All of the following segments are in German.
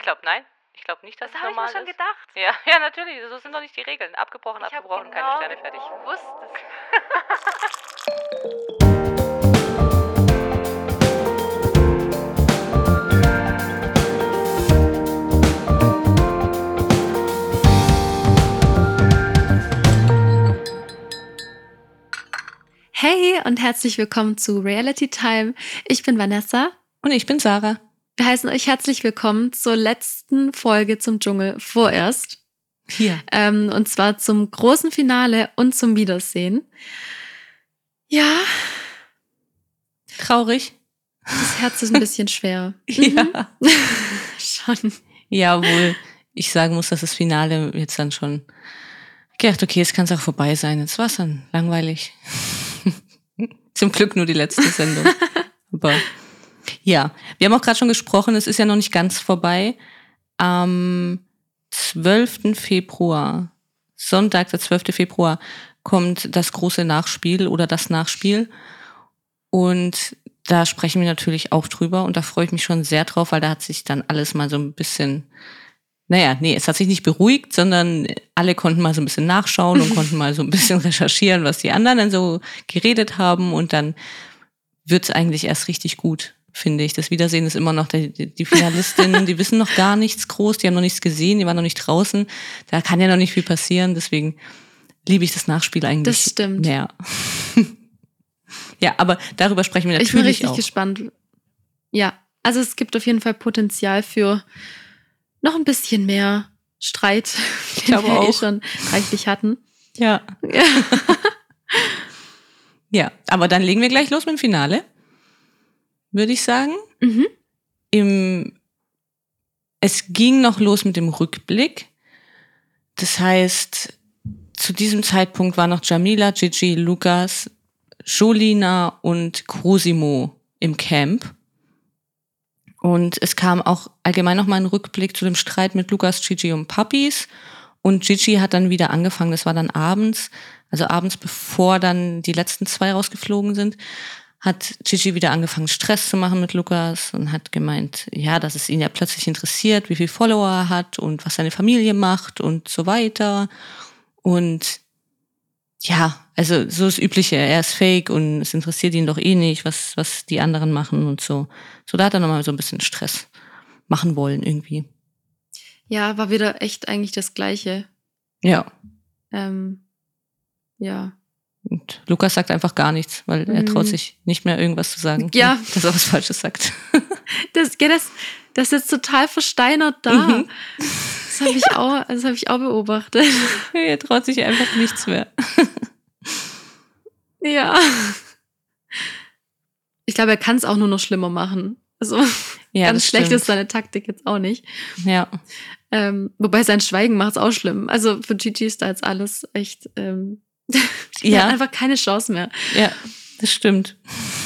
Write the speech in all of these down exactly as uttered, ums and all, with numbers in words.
glaube, nein. Ich glaube nicht, dass Das es habe ich normal mir schon ist. gedacht. Ja, ja, natürlich. So sind doch nicht die Regeln. Abgebrochen, Ich habe abgebrochen, genau keine Sterne, fertig. gewusst es. Hey und herzlich willkommen zu Reality Time. Ich bin Vanessa. Und ich bin Sarah. Wir heißen euch herzlich willkommen zur letzten Folge zum Dschungel vorerst. Hier. Ähm, und zwar zum großen Finale und zum Wiedersehen. Ja. Traurig. Das Herz ist ein bisschen schwer. Ja. Mhm. Schon. Jawohl. Ich sagen muss, dass das Finale jetzt dann schon gedacht, okay, es kann es auch vorbei sein. Jetzt war es dann langweilig. Zum Glück nur die letzte Sendung. Aber ja, wir haben auch gerade schon gesprochen, es ist ja noch nicht ganz vorbei. Am zwölften Februar, Sonntag, der zwölften Februar, kommt das große Nachspiel oder das Nachspiel. Und da sprechen wir natürlich auch drüber und da freue ich mich schon sehr drauf, weil da hat sich dann alles mal so ein bisschen, naja, nee, es hat sich nicht beruhigt, sondern alle konnten mal so ein bisschen nachschauen und konnten mal so ein bisschen recherchieren, was die anderen dann so geredet haben und dann wird's eigentlich erst richtig gut, finde ich. Das Wiedersehen ist immer noch die, die Finalistinnen, die wissen noch gar nichts groß, die haben noch nichts gesehen, die waren noch nicht draußen, da kann ja noch nicht viel passieren, deswegen liebe ich das Nachspiel eigentlich Das stimmt. mehr. Ja, aber darüber sprechen wir Ich bin natürlich richtig auch. gespannt. Ja, also es gibt auf jeden Fall Potenzial für noch ein bisschen mehr Streit, den glaube wir eh auch. schon reichlich hatten. Ja. Ja. Ja, aber dann legen wir gleich los mit dem Finale, würde ich sagen. Mhm. Im, es ging noch los mit dem Rückblick. Das heißt, zu diesem Zeitpunkt war noch Jamila, Gigi, Lukas, Jolina und Cosimo im Camp. Und es kam auch allgemein noch mal ein Rückblick zu dem Streit mit Lukas, Gigi und Puppies. Und Gigi hat dann wieder angefangen, das war dann abends, also abends bevor dann die letzten zwei rausgeflogen sind, hat Gigi wieder angefangen, Stress zu machen mit Lukas und hat gemeint, ja, dass es ihn ja plötzlich interessiert, wie viel Follower er hat und was seine Familie macht und so weiter. Und ja, also so das Übliche, er ist fake und es interessiert ihn doch eh nicht, was, was die anderen machen und so. So, da hat er nochmal so ein bisschen Stress machen wollen irgendwie. Ja, war wieder echt eigentlich das Gleiche. Ja. Ähm, ja. Und Lukas sagt einfach gar nichts, weil er Mhm. traut sich nicht mehr irgendwas zu sagen. Ja. Dass er was Falsches sagt. Das, ja, das, das ist total versteinert da. Mhm. Das habe ich auch, das habe ich auch beobachtet. Er traut sich einfach nichts mehr. Ja. Ich glaube, er kann es auch nur noch schlimmer machen. Also Ja, ganz das schlecht stimmt. ist seine Taktik jetzt auch nicht. Ja. Ähm, wobei sein Schweigen macht es auch schlimm. Also für Gigi ist da jetzt alles echt, ähm, die Ja. hat einfach keine Chance mehr. Ja, das stimmt.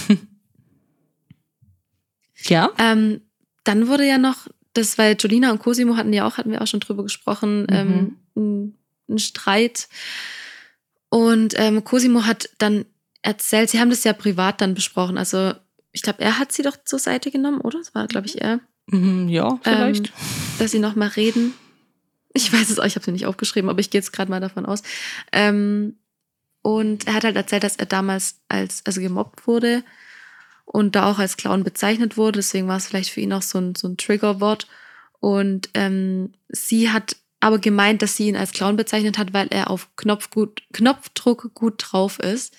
Ja. Ähm, dann wurde ja noch, das, weil Jolina und Cosimo hatten ja auch, hatten wir auch schon drüber gesprochen, Mhm. ähm, ein, ein Streit. Und ähm, Cosimo hat dann erzählt, sie haben das ja privat dann besprochen. Also ich glaube, er hat sie doch zur Seite genommen, oder? Das war, glaube ich, er. Mhm, ja, vielleicht. Ähm, dass sie noch mal reden. Ich weiß es auch, ich habe sie nicht aufgeschrieben, aber ich gehe jetzt gerade mal davon aus. Ähm, und er hat halt erzählt, dass er damals als also gemobbt wurde und da auch als Clown bezeichnet wurde. Deswegen war es vielleicht für ihn auch so ein, so ein Triggerwort. Und ähm, sie hat aber gemeint, dass sie ihn als Clown bezeichnet hat, weil er auf Knopfgut, Knopfdruck gut drauf ist.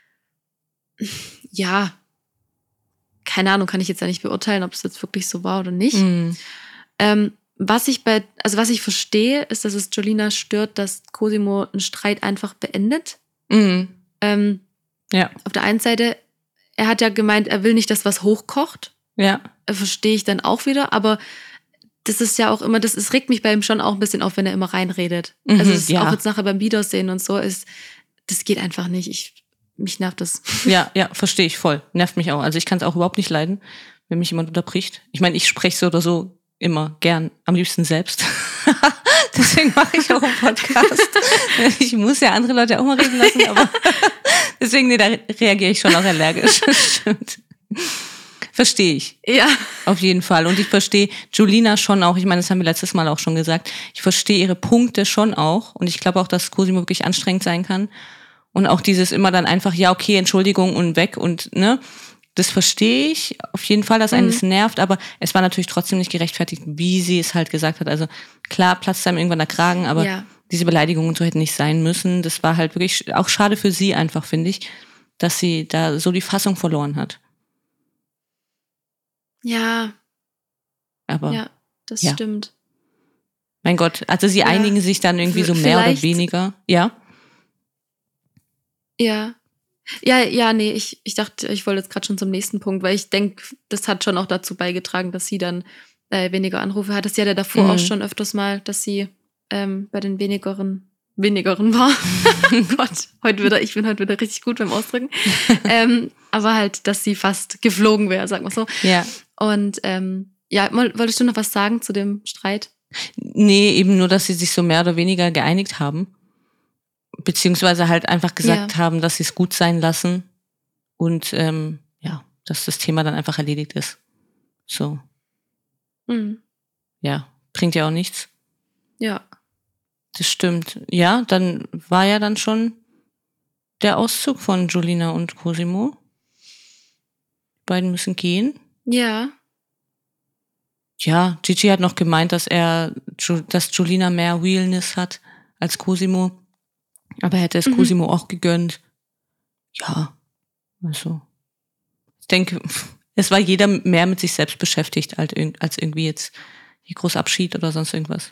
Ja, keine Ahnung, kann ich jetzt ja nicht beurteilen, ob es jetzt wirklich so war oder nicht. Mhm. Ähm, was ich bei, also was ich verstehe, ist, dass es Jolina stört, dass Cosimo einen Streit einfach beendet. Mhm. Ähm, Ja. auf der einen Seite, er hat ja gemeint, er will nicht, dass was hochkocht. Ja. Äh, Verstehe ich dann auch wieder, aber das ist ja auch immer, das es regt mich bei ihm schon auch ein bisschen auf, wenn er immer reinredet. Mhm, also es ist ja. auch jetzt nachher beim Wiedersehen und so, ist, das geht einfach nicht. Ich, mich nervt das. Ja, ja, verstehe ich voll. Nervt mich auch. Also ich kann es auch überhaupt nicht leiden, wenn mich jemand unterbricht. Ich meine, ich spreche so oder so immer gern, am liebsten selbst. Deswegen mache ich auch einen Podcast. Ich muss ja andere Leute auch mal reden lassen, aber deswegen, nee, da reagiere ich schon auch allergisch. Das stimmt. verstehe ich. Ja. Auf jeden Fall. Und ich verstehe Julina schon auch, ich meine, das haben wir letztes Mal auch schon gesagt, ich verstehe ihre Punkte schon auch und ich glaube auch, dass Cosimo wirklich anstrengend sein kann. Und auch dieses immer dann einfach, ja, okay, Entschuldigung und weg und, ne, das verstehe ich auf jeden Fall, dass einen das nervt, aber es war natürlich trotzdem nicht gerechtfertigt, wie sie es halt gesagt hat. Also klar, platzt einem irgendwann der Kragen, aber Ja. diese Beleidigungen und so hätten nicht sein müssen. Das war halt wirklich auch schade für sie einfach, finde ich, dass sie da so die Fassung verloren hat. Ja, Aber ja, das ja. stimmt. mein Gott, also sie Ja. einigen sich dann irgendwie so V- mehr oder vielleicht- weniger. Ja, Ja. Ja, ja, nee, ich, ich dachte, ich wollte jetzt gerade schon zum nächsten Punkt, weil ich denke, das hat schon auch dazu beigetragen, dass sie dann äh, weniger Anrufe hat. Sie hatte davor Mhm. auch schon öfters mal, dass sie ähm, bei den wenigeren, wenigeren war. Oh Gott, heute wieder, ich bin heute wieder richtig gut beim Ausdrücken. ähm, aber halt, dass sie fast geflogen wäre, sagen wir so. ja. Und ähm, ja, woll- wolltest du noch was sagen zu dem Streit? Nee, eben nur, dass sie sich so mehr oder weniger geeinigt haben. Beziehungsweise halt einfach gesagt Ja. haben, dass sie es gut sein lassen. Und ähm, ja, dass das Thema dann einfach erledigt ist. So, Mhm. ja, bringt ja auch nichts. Ja. Das stimmt. Ja, dann war ja dann schon der Auszug von Julina und Cosimo. Die beiden müssen gehen. Ja. Ja, Gigi hat noch gemeint, dass er, Ju- dass Julina mehr Realness hat als Cosimo. Aber er hätte es Mhm. Cosimo auch gegönnt. Ja, also. Ich denke, es war jeder mehr mit sich selbst beschäftigt, als irg- als irgendwie jetzt hier groß Abschied oder sonst irgendwas.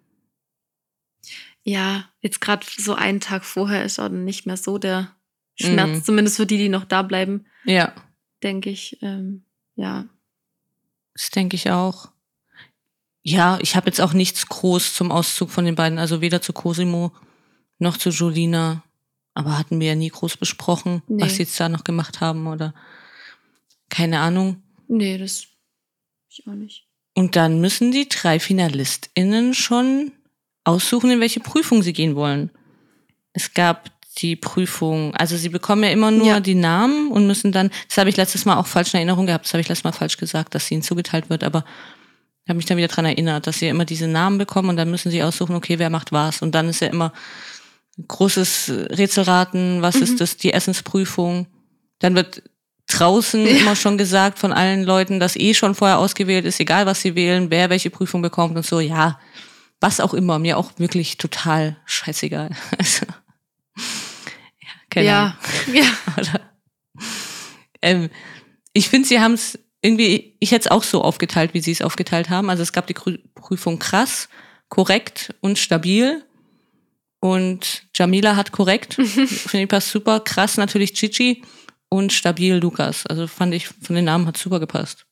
Ja, jetzt gerade so einen Tag vorher ist auch nicht mehr so der Schmerz, Mhm. zumindest für die, die noch da bleiben, Ja, denke ich. Ähm, ja. das denke ich auch. Ja, ich habe jetzt auch nichts groß zum Auszug von den beiden, also weder zu Cosimo noch zu Julina. Aber hatten wir ja nie groß besprochen, Nee. was sie jetzt da noch gemacht haben oder keine Ahnung. Nee, das ich auch nicht. Und dann müssen die drei FinalistInnen schon aussuchen, in welche Prüfung sie gehen wollen. Es gab die Prüfung, also sie bekommen ja immer nur Ja. die Namen und müssen dann, das habe ich letztes Mal auch falsch in Erinnerung gehabt, das habe ich letztes Mal falsch gesagt, dass ihnen zugeteilt wird, aber ich habe mich dann wieder dran erinnert, dass sie immer diese Namen bekommen und dann müssen sie aussuchen, okay, wer macht was. Und dann ist ja immer großes Rätselraten, was Mhm. ist das, die Essensprüfung. Dann wird draußen Ja. immer schon gesagt von allen Leuten, dass eh schon vorher ausgewählt ist, egal was sie wählen, wer welche Prüfung bekommt und so, ja, was auch immer, mir auch wirklich total scheißegal. Also, ja, keine Ja. Ja. Ahnung. Oder, ähm, ich finde, sie haben es irgendwie, ich hätte es auch so aufgeteilt, wie sie es aufgeteilt haben. Also es gab die Krü- Prüfung krass, korrekt und stabil. Und Jamila hat korrekt, finde ich passt super. Krass natürlich Gigi und stabil Lukas. Also fand ich, von den Namen hat super gepasst.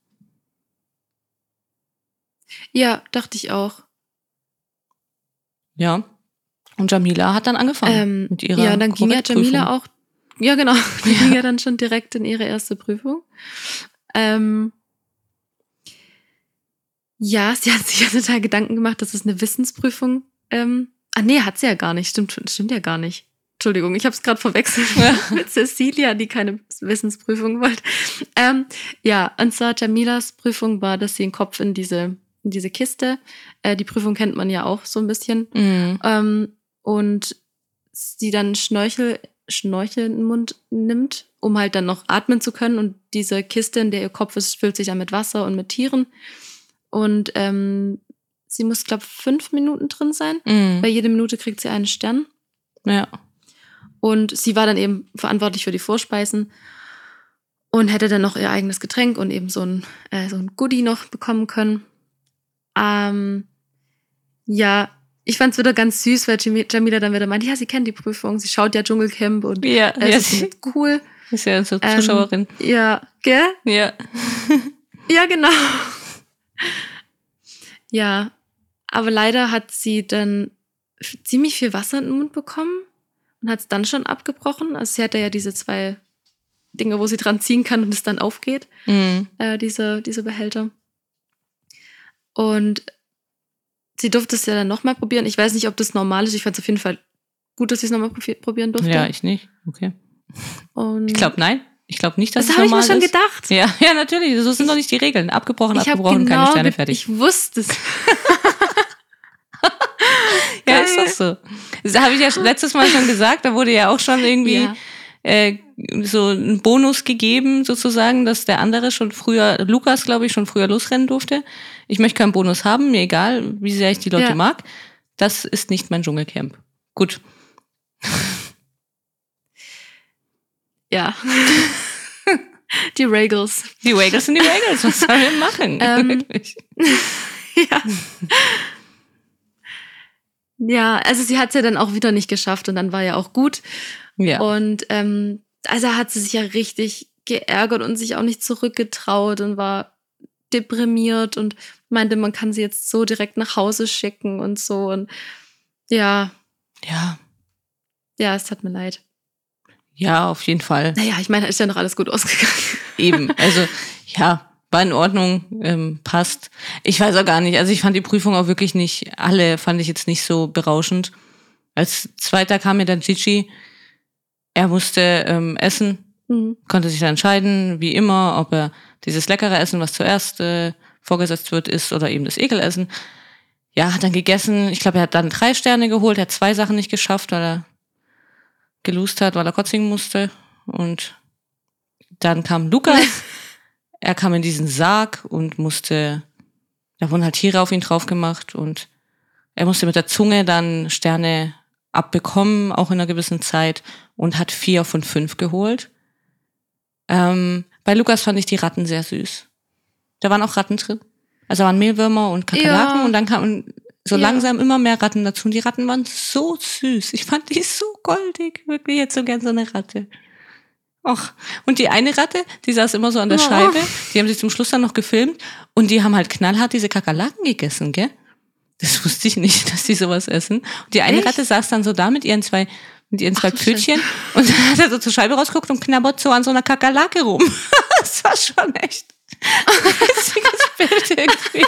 Ja, dachte ich auch. Ja. Und Jamila hat dann angefangen Ähm, mit ihrer ja, dann ging ja Korrektprüfung. Jamila auch, ja genau, die Ja. ging ja dann schon direkt in ihre erste Prüfung. Ähm, ja, sie hat sich ja total Gedanken gemacht, dass es eine Wissensprüfung, ähm, ah nee, hat sie ja gar nicht, stimmt, stimmt ja gar nicht. Entschuldigung, ich habe es gerade verwechselt mit Cecilia, die keine Wissensprüfung wollte. Ähm, ja, und zwar Jamilas Prüfung war, dass sie den Kopf in diese, in diese Kiste, äh, die Prüfung kennt man ja auch so ein bisschen, Mhm. ähm, und sie dann Schnorchel, Schnorchel in den Mund nimmt, um halt dann noch atmen zu können. Und diese Kiste, in der ihr Kopf ist, füllt sich dann mit Wasser und mit Tieren. Und ähm, sie muss, glaube ich, fünf Minuten drin sein. Mhm. Bei jeder Minute kriegt sie einen Stern. Ja. Und sie war dann eben verantwortlich für die Vorspeisen und hätte dann noch ihr eigenes Getränk und eben so ein, äh, so ein Goodie noch bekommen können. Ähm, ja, ich fand es wieder ganz süß, weil Jami- Jamila dann wieder meinte, ja, sie kennt die Prüfung, sie schaut ja Dschungelcamp und Ja, äh, ja, sie sie findet cool. ist ja unsere Ähm, Zuschauerin. Ja, gell? Ja. Ja, genau. Ja, aber leider hat sie dann f- ziemlich viel Wasser in den Mund bekommen und hat es dann schon abgebrochen. Also sie hatte ja diese zwei Dinge, wo sie dran ziehen kann und es dann aufgeht, Mhm. äh, diese, diese Behälter. Und sie durfte es ja dann nochmal probieren. Ich weiß nicht, ob das normal ist. Ich fand es auf jeden Fall gut, dass sie es nochmal probieren durfte. Ja, ich nicht. Okay. und Ich glaube, nein. Ich glaube nicht, dass Das es habe ich mir normal schon ist. gedacht. Ja, ja, natürlich. So sind doch nicht die Regeln. Abgebrochen, Ich habe abgebrochen, genau, keine Sterne, ge- fertig. ich wusste es. Ja, ist doch so. Das habe ich ja letztes Mal schon gesagt. Da wurde ja auch schon irgendwie Ja. äh, so ein Bonus gegeben, sozusagen, dass der andere schon früher, Lukas, glaube ich, schon früher losrennen durfte. Ich möchte keinen Bonus haben, mir egal, wie sehr ich die Leute Ja. mag. Das ist nicht mein Dschungelcamp. Gut. Ja. Die Regals. Die Wagels sind die Wagels. Was sollen wir machen? Ähm, Wirklich. Ja. Ja, also sie hat es ja dann auch wieder nicht geschafft und dann war ja auch gut. Ja. Und ähm, also hat sie sich ja richtig geärgert und sich auch nicht zurückgetraut und war deprimiert und meinte, man kann sie jetzt so direkt nach Hause schicken und so. Und ja, Ja. ja, es tat mir leid. Ja, auf jeden Fall. Naja, ich meine, ist ja noch alles gut ausgegangen. Eben. Also, ja, war in Ordnung, ähm, passt. Ich weiß auch gar nicht. Also ich fand die Prüfung auch wirklich nicht, alle fand ich jetzt nicht so berauschend. Als Zweiter kam mir dann Gigi. Er musste ähm, essen, Mhm. konnte sich dann entscheiden, wie immer, ob er dieses leckere Essen, was zuerst äh, vorgesetzt wird, isst oder eben das Ekelessen. Ja, hat dann gegessen. Ich glaube, er hat dann drei Sterne geholt. Er hat zwei Sachen nicht geschafft, weil er gelust hat, weil er kotzen musste. Und dann kam Lukas. Er kam in diesen Sarg und musste, da wurden halt Tiere auf ihn drauf gemacht und er musste mit der Zunge dann Sterne abbekommen, auch in einer gewissen Zeit, und hat vier von fünf geholt. Ähm, bei Lukas fand ich die Ratten sehr süß. Da waren auch Ratten drin. Also da waren Mehlwürmer und Kakerlaken Ja. und dann kamen so Ja. langsam immer mehr Ratten dazu und die Ratten waren so süß. Ich fand die so goldig. Wirklich, ich hätte so gern so eine Ratte. Och. Und die eine Ratte, die saß immer so an der Oh. Scheibe, die haben sich zum Schluss dann noch gefilmt und die haben halt knallhart diese Kakerlaken gegessen, gell? Das wusste ich nicht, dass die sowas essen. Und die eine Echt? Ratte saß dann so da mit ihren zwei, mit ihren zwei Ach, schön. Pfötchen und dann hat er so zur Scheibe rausgeguckt und knabbert so an so einer Kakerlake rum. Das war schon echt ein witziges Bild irgendwie.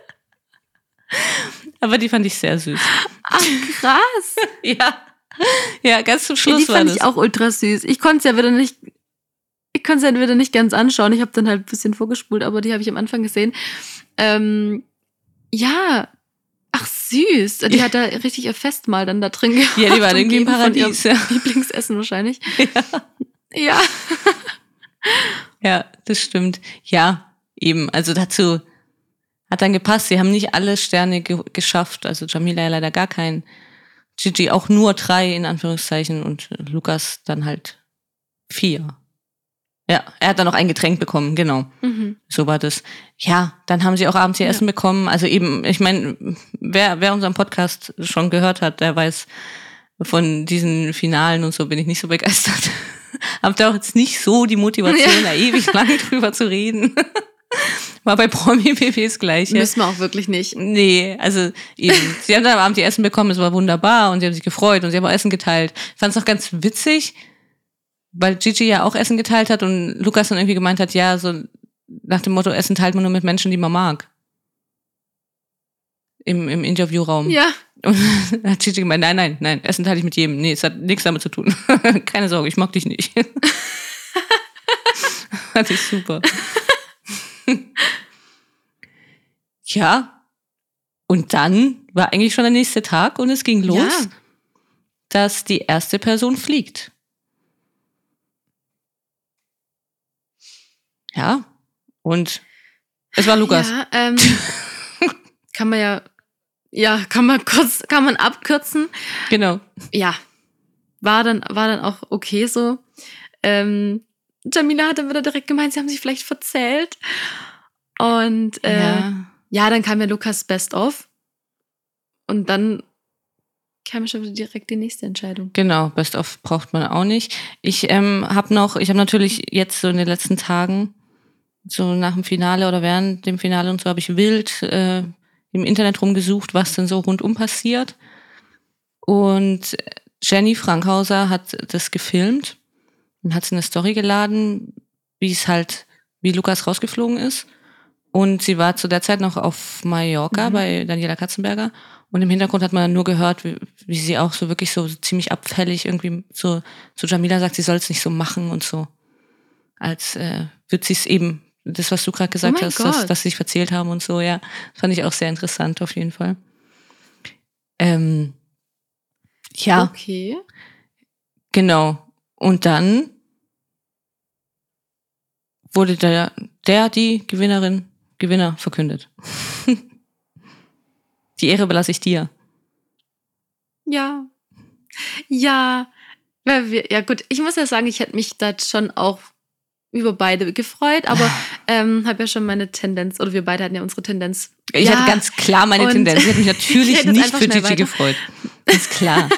Aber die fand ich sehr süß. Ach, krass. Ja. Ja, ganz zum Ja, Schluss die war fand das. ich auch ultra süß. Ich konnte es ja wieder nicht, ich konnte es ja wieder nicht ganz anschauen. Ich habe dann halt ein bisschen vorgespult, aber die habe ich am Anfang gesehen. Ähm, ja, ach süß. Die Ja. hat da richtig ihr Festmahl dann da drin gehabt. Ja, die waren irgendwie im umgeben von ihrem Paradies. Ja. Lieblingsessen wahrscheinlich. Ja. Ja. Ja, das stimmt. Ja, eben. Also dazu hat dann gepasst. Sie haben nicht alle Sterne ge- geschafft. Also Jamila ja leider gar keinen. Gigi auch nur drei in Anführungszeichen und Lukas dann halt vier. Ja, er hat dann noch ein Getränk bekommen, genau. Mhm. So war das. Ja, dann haben sie auch abends ihr Ja. Essen bekommen. Also eben, ich meine, wer, wer unseren Podcast schon gehört hat, der weiß, von diesen Finalen und so bin ich nicht so begeistert. Hab da auch jetzt nicht so die Motivation, Ja. da ewig lang drüber zu reden. War bei Promi-B B das Gleiche. Müssen wir auch wirklich nicht. Nee, also eben, sie haben dann am Abend ihr Essen bekommen, es war wunderbar und sie haben sich gefreut und sie haben auch Essen geteilt. Ich fand es noch ganz witzig, weil Gigi ja auch Essen geteilt hat und Lukas dann irgendwie gemeint hat, ja, so nach dem Motto, Essen teilt man nur mit Menschen, die man mag. Im, im Interviewraum. Ja. Und dann hat Gigi gemeint, nein, nein, nein, Essen teile ich mit jedem. Nee, es hat nichts damit zu tun. Keine Sorge, ich mag dich nicht. Fand ich super. Ja, und dann war eigentlich schon der nächste Tag und es ging los, Ja. dass die erste Person fliegt. Ja, und es war Lukas. Ja, ähm, kann man ja, ja, kann man kurz, kann man abkürzen. Genau. Ja, war dann, war dann auch okay so. Ähm, Jamila hat dann wieder direkt gemeint, sie haben sich vielleicht verzählt. Und äh, ja. Ja. dann kam ja Lukas Best of. Und dann kam ja schon wieder direkt die nächste Entscheidung. Genau, Best of braucht man auch nicht. Ich ähm, habe noch, ich habe natürlich jetzt so in den letzten Tagen, so nach dem Finale oder während dem Finale und so, habe ich wild äh, im Internet rumgesucht, was denn so rundum passiert. Und Jenny Frankhauser hat das gefilmt und hat es in eine Story geladen, wie es halt, wie Lukas rausgeflogen ist. Und sie war zu der Zeit noch auf Mallorca Mhm. bei Daniela Katzenberger. Und im Hintergrund hat man nur gehört, wie, wie sie auch so wirklich so ziemlich abfällig irgendwie so zu Jamila sagt, sie soll es nicht so machen und so. als äh, wird sie es eben, das, was du gerade gesagt Oh mein hast, dass, Gott. dass sie sich verzählt haben und so, ja. Das fand ich auch sehr interessant auf jeden Fall. Ähm, ja, Okay. genau. Und dann wurde der, der, die Gewinnerin, Gewinner verkündet. Die Ehre belasse ich dir. Ja. Ja. Weil wir, ja gut, ich muss ja sagen, ich hätte mich da schon auch über beide gefreut, aber ähm, habe ja schon meine Tendenz, oder wir beide hatten ja unsere Tendenz. Ich ja, hatte ganz klar meine und Tendenz. Ich hätte mich ich natürlich rede jetzt nicht einfach für schnell Gigi weiter. gefreut. Ganz klar.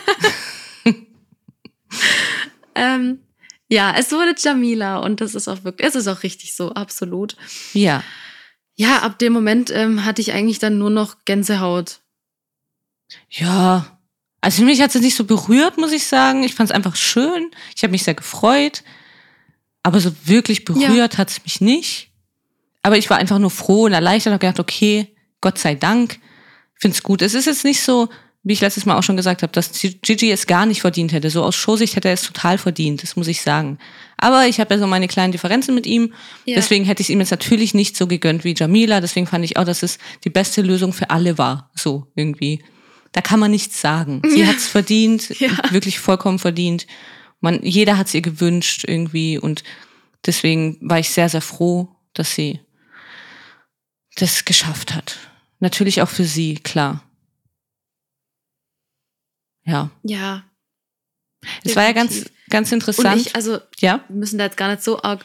Ähm, ja, es wurde Jamila und das ist auch wirklich, es ist auch richtig so, absolut. Ja. Ja, ab dem Moment ähm, hatte ich eigentlich dann nur noch Gänsehaut. Ja. Also mich hat es nicht so berührt, muss ich sagen. Ich fand es einfach schön. Ich habe mich sehr gefreut. Aber so wirklich berührt hat es mich nicht. Aber ich war einfach nur froh und erleichtert und habe gedacht, okay, Gott sei Dank. Ich finde es gut. Es ist jetzt nicht so, wie ich letztes Mal auch schon gesagt habe, dass Gigi es gar nicht verdient hätte. So aus Showsicht hätte er es total verdient, das muss ich sagen. Aber ich habe ja so meine kleinen Differenzen mit ihm. Ja. Deswegen hätte ich es ihm jetzt natürlich nicht so gegönnt wie Jamila. Deswegen fand ich auch, dass es die beste Lösung für alle war. So irgendwie. Da kann man nichts sagen. Sie Ja. hat es verdient, Ja. wirklich vollkommen verdient. Man, jeder hat es ihr gewünscht irgendwie. Und deswegen war ich sehr, sehr froh, dass sie das geschafft hat. Natürlich auch für sie, klar. Ja. Ja. Es war ja ganz, definitiv. ganz Und interessant. ich, also, ja? wir müssen da jetzt gar nicht so arg.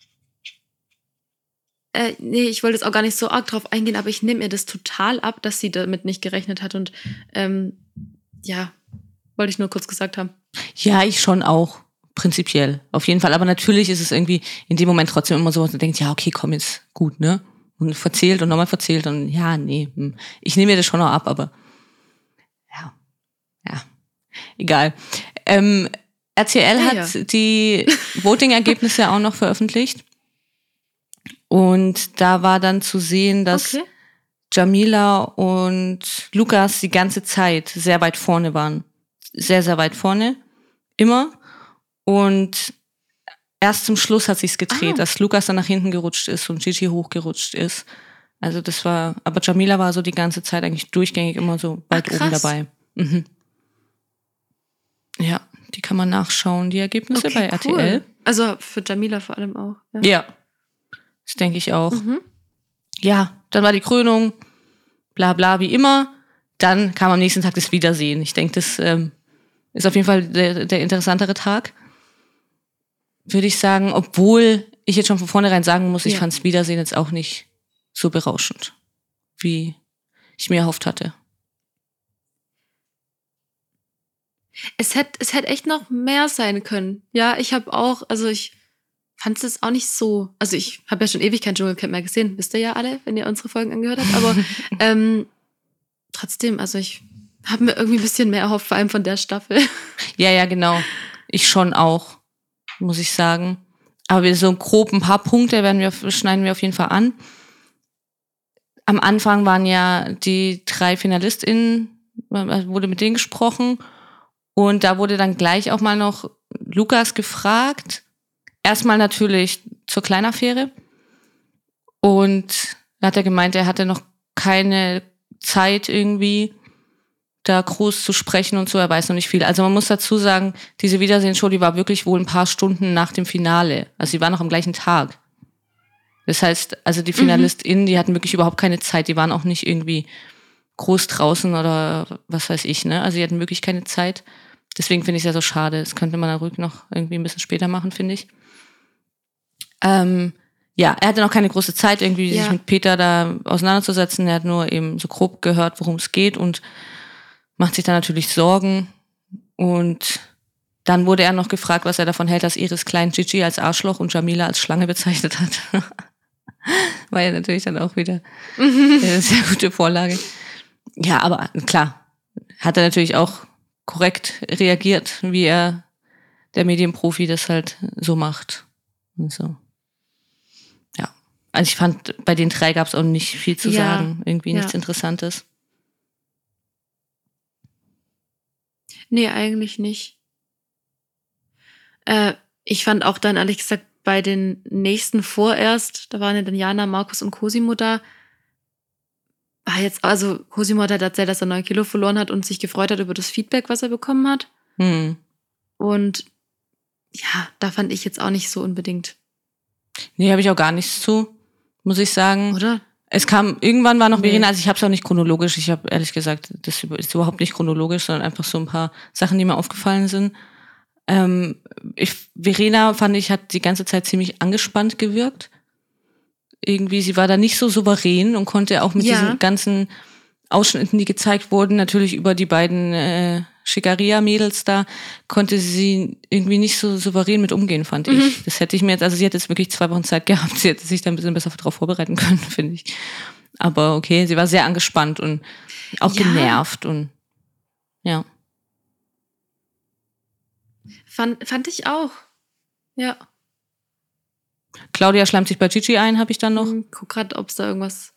Äh, nee, ich wollte jetzt auch gar nicht so arg drauf eingehen, aber ich nehme ihr das total ab, dass sie damit nicht gerechnet hat. Und ähm, ja, wollte ich nur kurz gesagt haben. Ja, ich schon auch. Prinzipiell. Auf jeden Fall. Aber natürlich ist es irgendwie in dem Moment trotzdem immer so, dass man denkt, ja, okay, komm jetzt, gut, ne? Und verzählt und nochmal verzählt und ja, nee, hm. Ich nehme mir das schon noch ab, aber ja, ja, egal. Ähm, R T L Ja, hat ja. die Voting-Ergebnisse auch noch veröffentlicht. Und da war dann zu sehen, dass Okay. Jamila und Lukas die ganze Zeit sehr weit vorne waren. Sehr, sehr weit vorne. Immer. Und erst zum Schluss hat sich's gedreht, Ah. dass Lukas dann nach hinten gerutscht ist und Gigi hochgerutscht ist. Also das war, aber Jamila war so die ganze Zeit eigentlich durchgängig immer so weit Ah, oben krass. dabei. Mhm. Ja, die kann man nachschauen, die Ergebnisse Okay, bei R T L. cool. Also für Jamila vor allem auch. Ja. Ja, das denke ich auch. Mhm. Ja, dann war die Krönung, bla bla, wie immer. Dann kam am nächsten Tag das Wiedersehen. Ich denke, das ähm, ist auf jeden Fall der, der interessantere Tag. Würde ich sagen, obwohl ich jetzt schon von vornherein sagen muss, ich Ja. fand das Wiedersehen jetzt auch nicht so berauschend, wie ich mir erhofft hatte. Es hätte es hätte echt noch mehr sein können. Ja, ich habe auch, also ich fand es jetzt auch nicht so. Also ich habe ja schon ewig kein Dschungelcamp mehr gesehen, wisst ihr ja alle, wenn ihr unsere Folgen angehört habt. Aber ähm, trotzdem, also ich habe mir irgendwie ein bisschen mehr erhofft, vor allem von der Staffel. Ja, ja, genau. Ich schon auch, muss ich sagen. Aber wir so grob ein paar Punkte werden wir, schneiden wir auf jeden Fall an. Am Anfang waren ja die drei FinalistInnen, wurde mit denen gesprochen. Und da wurde dann gleich auch mal noch Lukas gefragt. Erstmal natürlich zur Kleinaffäre. Und da hat er gemeint, er hatte noch keine Zeit irgendwie, da groß zu sprechen und so, er weiß noch nicht viel. Also man muss dazu sagen, diese Wiedersehensshow, die war wirklich wohl ein paar Stunden nach dem Finale. Also die war noch am gleichen Tag. Das heißt, also die FinalistInnen, die hatten wirklich überhaupt keine Zeit. Die waren auch nicht irgendwie groß draußen oder was weiß ich, ne? Also die hatten wirklich keine Zeit. Deswegen finde ich es ja so schade. Das könnte man ruhig noch irgendwie ein bisschen später machen, finde ich. Ähm, ja, er hatte noch keine große Zeit, irgendwie Ja. sich mit Peter da auseinanderzusetzen. Er hat nur eben so grob gehört, worum es geht und macht sich dann natürlich Sorgen. Und dann wurde er noch gefragt, was er davon hält, dass Iris Klein Gigi als Arschloch und Jamila als Schlange bezeichnet hat. War ja natürlich dann auch wieder eine sehr gute Vorlage. Ja, aber klar, hat er natürlich auch korrekt reagiert, wie er, der Medienprofi, das halt so macht. Und so. Ja. Also ich fand, bei den drei gab es auch nicht viel zu Ja, sagen. Irgendwie ja. nichts Interessantes. Nee, eigentlich nicht. Äh, ich fand auch dann, ehrlich gesagt, bei den nächsten vorerst, da waren ja dann Jana, Markus und Cosimo da, war jetzt, also Cosimo hat halt erzählt, dass er neun Kilo verloren hat und sich gefreut hat über das Feedback, was er bekommen hat. Hm. Und ja, da fand ich jetzt auch nicht so unbedingt. Nee, habe ich auch gar nichts zu, muss ich sagen. Oder? Es kam, irgendwann war noch Nee. Verena, also ich habe es auch nicht chronologisch, ich habe ehrlich gesagt, das ist überhaupt nicht chronologisch, sondern einfach so ein paar Sachen, die mir aufgefallen sind. Ähm, ich, Verena, fand ich, hat die ganze Zeit ziemlich angespannt gewirkt. Irgendwie, sie war da nicht so souverän und konnte auch mit Ja. diesen ganzen Ausschnitten, die gezeigt wurden, natürlich über die beiden äh, Schickeria-Mädels da, konnte sie irgendwie nicht so souverän mit umgehen, fand ich. Mhm. Das hätte ich mir jetzt, also sie hat jetzt wirklich zwei Wochen Zeit gehabt, sie hätte sich da ein bisschen besser darauf vorbereiten können, finde ich. Aber okay, sie war sehr angespannt und auch Ja. genervt und ja. Fand, fand ich auch. Ja. Claudia schleimt sich bei Gigi ein, habe ich dann noch. Hm, guck grad, ob es da irgendwas.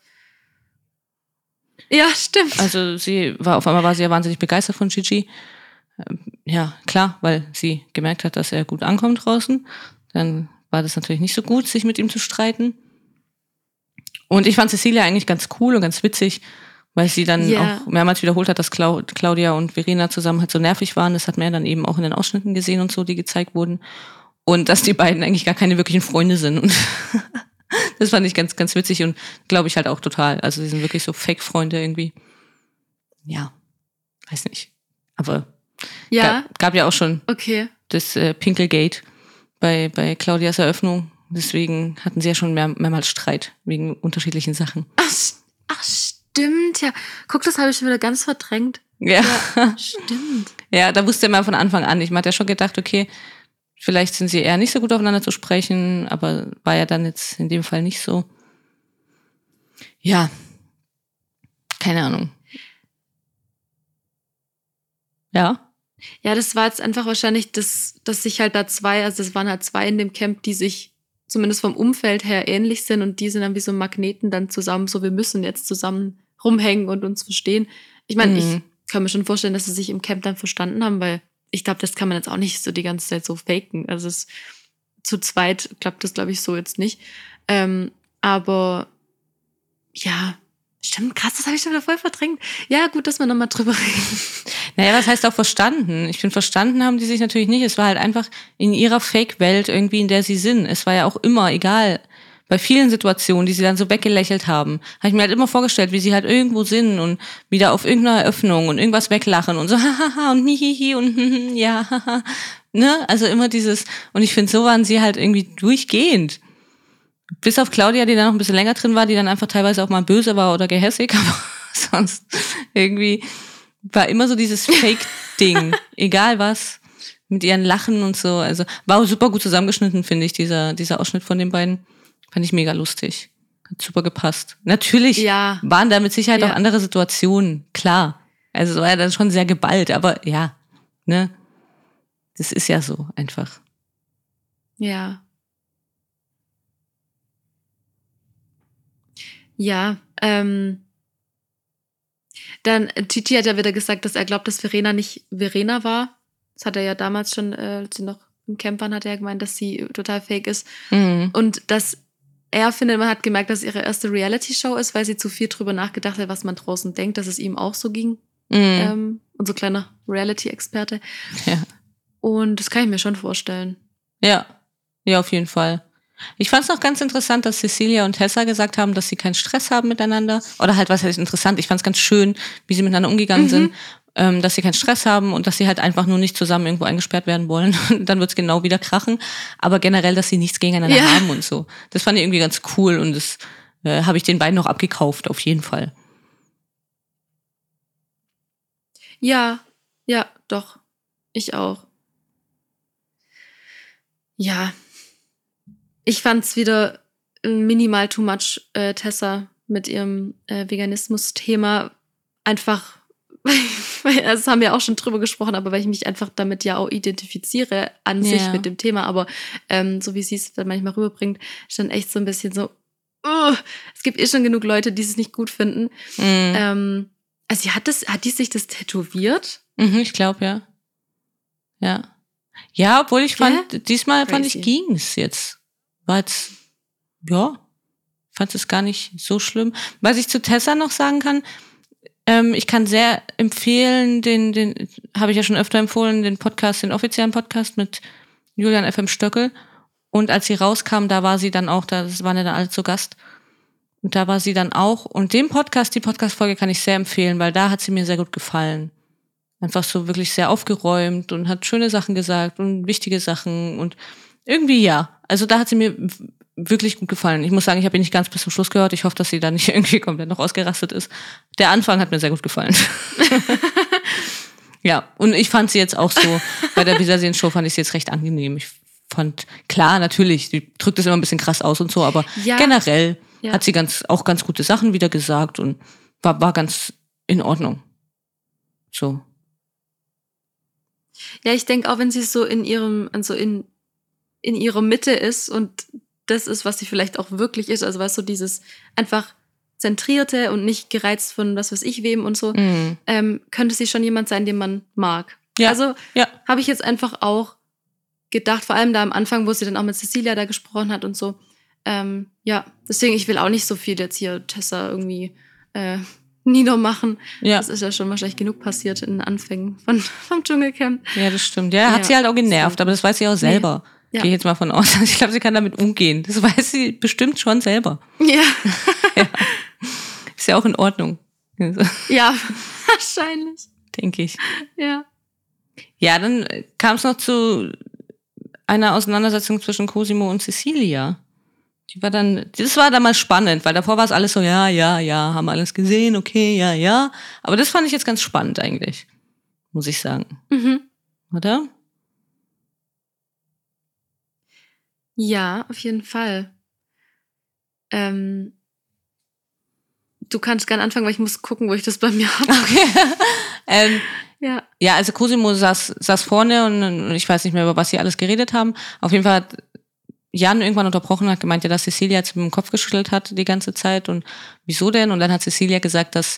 Ja, stimmt. Also sie war, auf einmal war sie ja wahnsinnig begeistert von Gigi. Ähm, Ja, klar, weil sie gemerkt hat, dass er gut ankommt draußen. Dann war das natürlich nicht so gut, sich mit ihm zu streiten. Und ich fand Cecilia eigentlich ganz cool und ganz witzig, weil sie dann Ja. auch mehrmals wiederholt hat, dass Clau- Claudia und Verena zusammen halt so nervig waren. Das hat man ja dann eben auch in den Ausschnitten gesehen und so, die gezeigt wurden. Und dass die beiden eigentlich gar keine wirklichen Freunde sind. Und das fand ich ganz, ganz witzig und glaube ich halt auch total. Also sie sind wirklich so Fake-Freunde irgendwie. Ja, weiß nicht. Aber Ja, gab, gab ja auch schon okay. das äh, Pinkelgate bei, bei Claudias Eröffnung. Deswegen hatten sie ja schon mehr, mehrmals Streit wegen unterschiedlichen Sachen. Ach, s- ach stimmt, ja. Guck, das habe ich schon wieder ganz verdrängt. Ja. Ja, stimmt. Ja, da wusste man von Anfang an. Ich hatte ja schon gedacht, okay, vielleicht sind sie eher nicht so gut aufeinander zu sprechen, aber war ja dann jetzt in dem Fall nicht so. Ja, keine Ahnung. Ja, Ja, das war jetzt einfach wahrscheinlich, das, dass sich halt da zwei, also es waren halt zwei in dem Camp, die sich zumindest vom Umfeld her ähnlich sind und die sind dann wie so Magneten dann zusammen, so wir müssen jetzt zusammen rumhängen und uns verstehen. Ich meine, Mhm. ich kann mir schon vorstellen, dass sie sich im Camp dann verstanden haben, weil ich glaube, das kann man jetzt auch nicht so die ganze Zeit so faken. Also es, zu zweit klappt das, glaube ich, so jetzt nicht. Ähm, aber ja, stimmt, krass, das habe ich schon wieder voll verdrängt. Ja, gut, dass wir nochmal drüber reden. naja, was heißt auch verstanden? Ich finde, verstanden haben die sich natürlich nicht. Es war halt einfach in ihrer Fake-Welt irgendwie, in der sie sind. Es war ja auch immer, egal, bei vielen Situationen, die sie dann so weggelächelt haben, habe ich mir halt immer vorgestellt, wie sie halt irgendwo sind und wieder auf irgendeiner Eröffnung und irgendwas weglachen und so hahaha und hihihi und ja, haha. Ne? Also immer dieses, und ich finde, so waren sie halt irgendwie durchgehend. Bis auf Claudia, die da noch ein bisschen länger drin war, die dann einfach teilweise auch mal böse war oder gehässig, aber sonst irgendwie war immer so dieses Fake-Ding, egal was, mit ihren Lachen und so. Also war auch super gut zusammengeschnitten, finde ich, dieser, dieser Ausschnitt von den beiden. Fand ich mega lustig. Hat super gepasst. Natürlich Ja. waren da mit Sicherheit Ja. auch andere Situationen, klar. Also es war ja dann schon sehr geballt, aber ja, ne, das ist ja so einfach. Ja. Ja, ähm. Dann, äh, Gigi hat ja wieder gesagt, dass er glaubt, dass Verena nicht Verena war. Das hat er ja damals schon, äh, als sie noch im Camp waren, hat er ja gemeint, dass sie total fake ist. Mhm. Und dass er findet, man hat gemerkt, dass es ihre erste Reality-Show ist, weil sie zu viel drüber nachgedacht hat, was man draußen denkt, dass es ihm auch so ging. Mhm. Ähm, unser kleiner Reality-Experte. Ja. Und das kann ich mir schon vorstellen. Ja, ja, auf jeden Fall. Ich fand es auch ganz interessant, dass Cecilia und Tessa gesagt haben, dass sie keinen Stress haben miteinander. Oder halt, was heißt interessant? Ich fand es ganz schön, wie sie miteinander umgegangen Mhm. sind, ähm, dass sie keinen Stress haben und dass sie halt einfach nur nicht zusammen irgendwo eingesperrt werden wollen. Dann wird's genau wieder krachen. Aber generell, dass sie nichts gegeneinander Ja. haben und so. Das fand ich irgendwie ganz cool und das äh, habe ich den beiden noch abgekauft, auf jeden Fall. Ja, ja, doch. Ich auch. Ja. Ich fand's wieder minimal too much, äh, Tessa, mit ihrem äh, Veganismus-Thema. Einfach, weil, das haben wir auch schon drüber gesprochen, aber weil ich mich einfach damit ja auch identifiziere an Ja. sich mit dem Thema. Aber ähm, so wie sie es dann manchmal rüberbringt, ist dann echt so ein bisschen so, uh, es gibt eh schon genug Leute, die es nicht gut finden. Mhm. Ähm, also sie hat das, hat die sich das tätowiert? Mhm, ich glaube, ja. Ja. Ja, obwohl ich Ja? fand, diesmal fand ich Crazy. ging's jetzt. war jetzt, ja, fand es gar nicht so schlimm. Was ich zu Tessa noch sagen kann, ähm, ich kann sehr empfehlen, den, den, habe ich ja schon öfter empfohlen, den Podcast, den offiziellen Podcast mit Julian F M. Stöckel. Und als sie rauskam, da war sie dann auch, da waren ja dann alle zu Gast. Und da war sie dann auch. Und den Podcast, die Podcast-Folge kann ich sehr empfehlen, weil da hat sie mir sehr gut gefallen. Einfach so wirklich sehr aufgeräumt und hat schöne Sachen gesagt und wichtige Sachen und irgendwie ja. Also da hat sie mir wirklich gut gefallen. Ich muss sagen, ich habe ihn nicht ganz bis zum Schluss gehört. Ich hoffe, dass sie da nicht irgendwie komplett noch ausgerastet ist. Der Anfang hat mir sehr gut gefallen. Ja, und ich fand sie jetzt auch so, bei der Wiedersehen-Show fand ich sie jetzt recht angenehm. Ich fand, klar, natürlich, die drückt es immer ein bisschen krass aus und so, aber ja, generell ja. hat sie ganz auch ganz gute Sachen wieder gesagt und war, war ganz in Ordnung. So. Ja, ich denke auch, wenn sie so in ihrem, also in, in ihrer Mitte ist und das ist, was sie vielleicht auch wirklich ist, also was so dieses einfach Zentrierte und nicht gereizt von was weiß ich wem und so, mhm. ähm, könnte sie schon jemand sein, den man mag. Ja. Also ja. habe ich jetzt einfach auch gedacht, vor allem da am Anfang, wo sie dann auch mit Cecilia da gesprochen hat und so. Ähm, ja, deswegen, ich will auch nicht so viel jetzt hier Tessa irgendwie äh, niedermachen. Ja. Das ist ja schon wahrscheinlich genug passiert in den Anfängen von, vom Dschungelcamp. Ja, das stimmt. Ja, hat ja. sie halt auch genervt, aber das weiß sie auch selber. Nee. Ja. Gehe ich jetzt mal von aus. Ich glaube, sie kann damit umgehen. Das weiß sie bestimmt schon selber. Ja. Ja. Ist ja auch in Ordnung. Ja, wahrscheinlich. Denke ich. Ja. Ja, dann kam es noch zu einer Auseinandersetzung zwischen Cosimo und Cecilia. Die war dann, das war damals spannend, weil davor war es alles so, ja, ja, ja, haben alles gesehen, okay, ja, ja. Aber das fand ich jetzt ganz spannend eigentlich, muss ich sagen. Mhm. Oder? Ja, auf jeden Fall. Ähm, du kannst gerne anfangen, weil ich muss gucken, wo ich das bei mir habe. Okay. ähm, ja. ja, also Cosimo saß, saß vorne und ich weiß nicht mehr, über was sie alles geredet haben. Auf jeden Fall hat Jan irgendwann unterbrochen, hat gemeint, ja, dass Cecilia jetzt mit dem Kopf geschüttelt hat die ganze Zeit und wieso denn? Und dann hat Cecilia gesagt, dass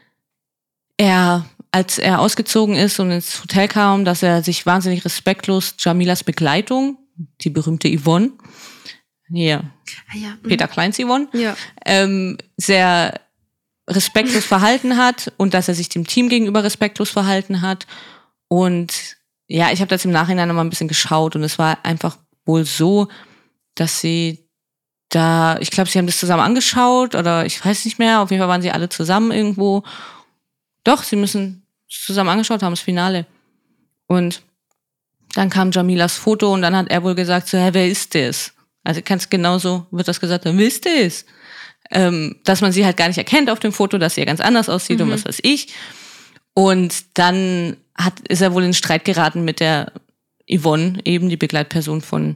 er, als er ausgezogen ist und ins Hotel kam, dass er sich wahnsinnig respektlos Jamilas Begleitung, die berühmte Yvonne, hier, ah, ja. Peter Kleins Yvonne, ja. ähm, sehr respektlos verhalten hat und dass er sich dem Team gegenüber respektlos verhalten hat. Und ja, ich habe das im Nachhinein noch mal ein bisschen geschaut und es war einfach wohl so, dass sie da, ich glaube, sie haben das zusammen angeschaut oder ich weiß nicht mehr, auf jeden Fall waren sie alle zusammen irgendwo. Doch, sie müssen es zusammen angeschaut haben, das Finale. Und dann kam Jamilas Foto und dann hat er wohl gesagt, so, hä, wer ist das? Also ganz genauso wird das gesagt, wer ist das? Ähm, dass man sie halt gar nicht erkennt auf dem Foto, dass sie ja ganz anders aussieht mhm. und was weiß ich. Und dann hat, ist er wohl in Streit geraten mit der Yvonne, eben die Begleitperson von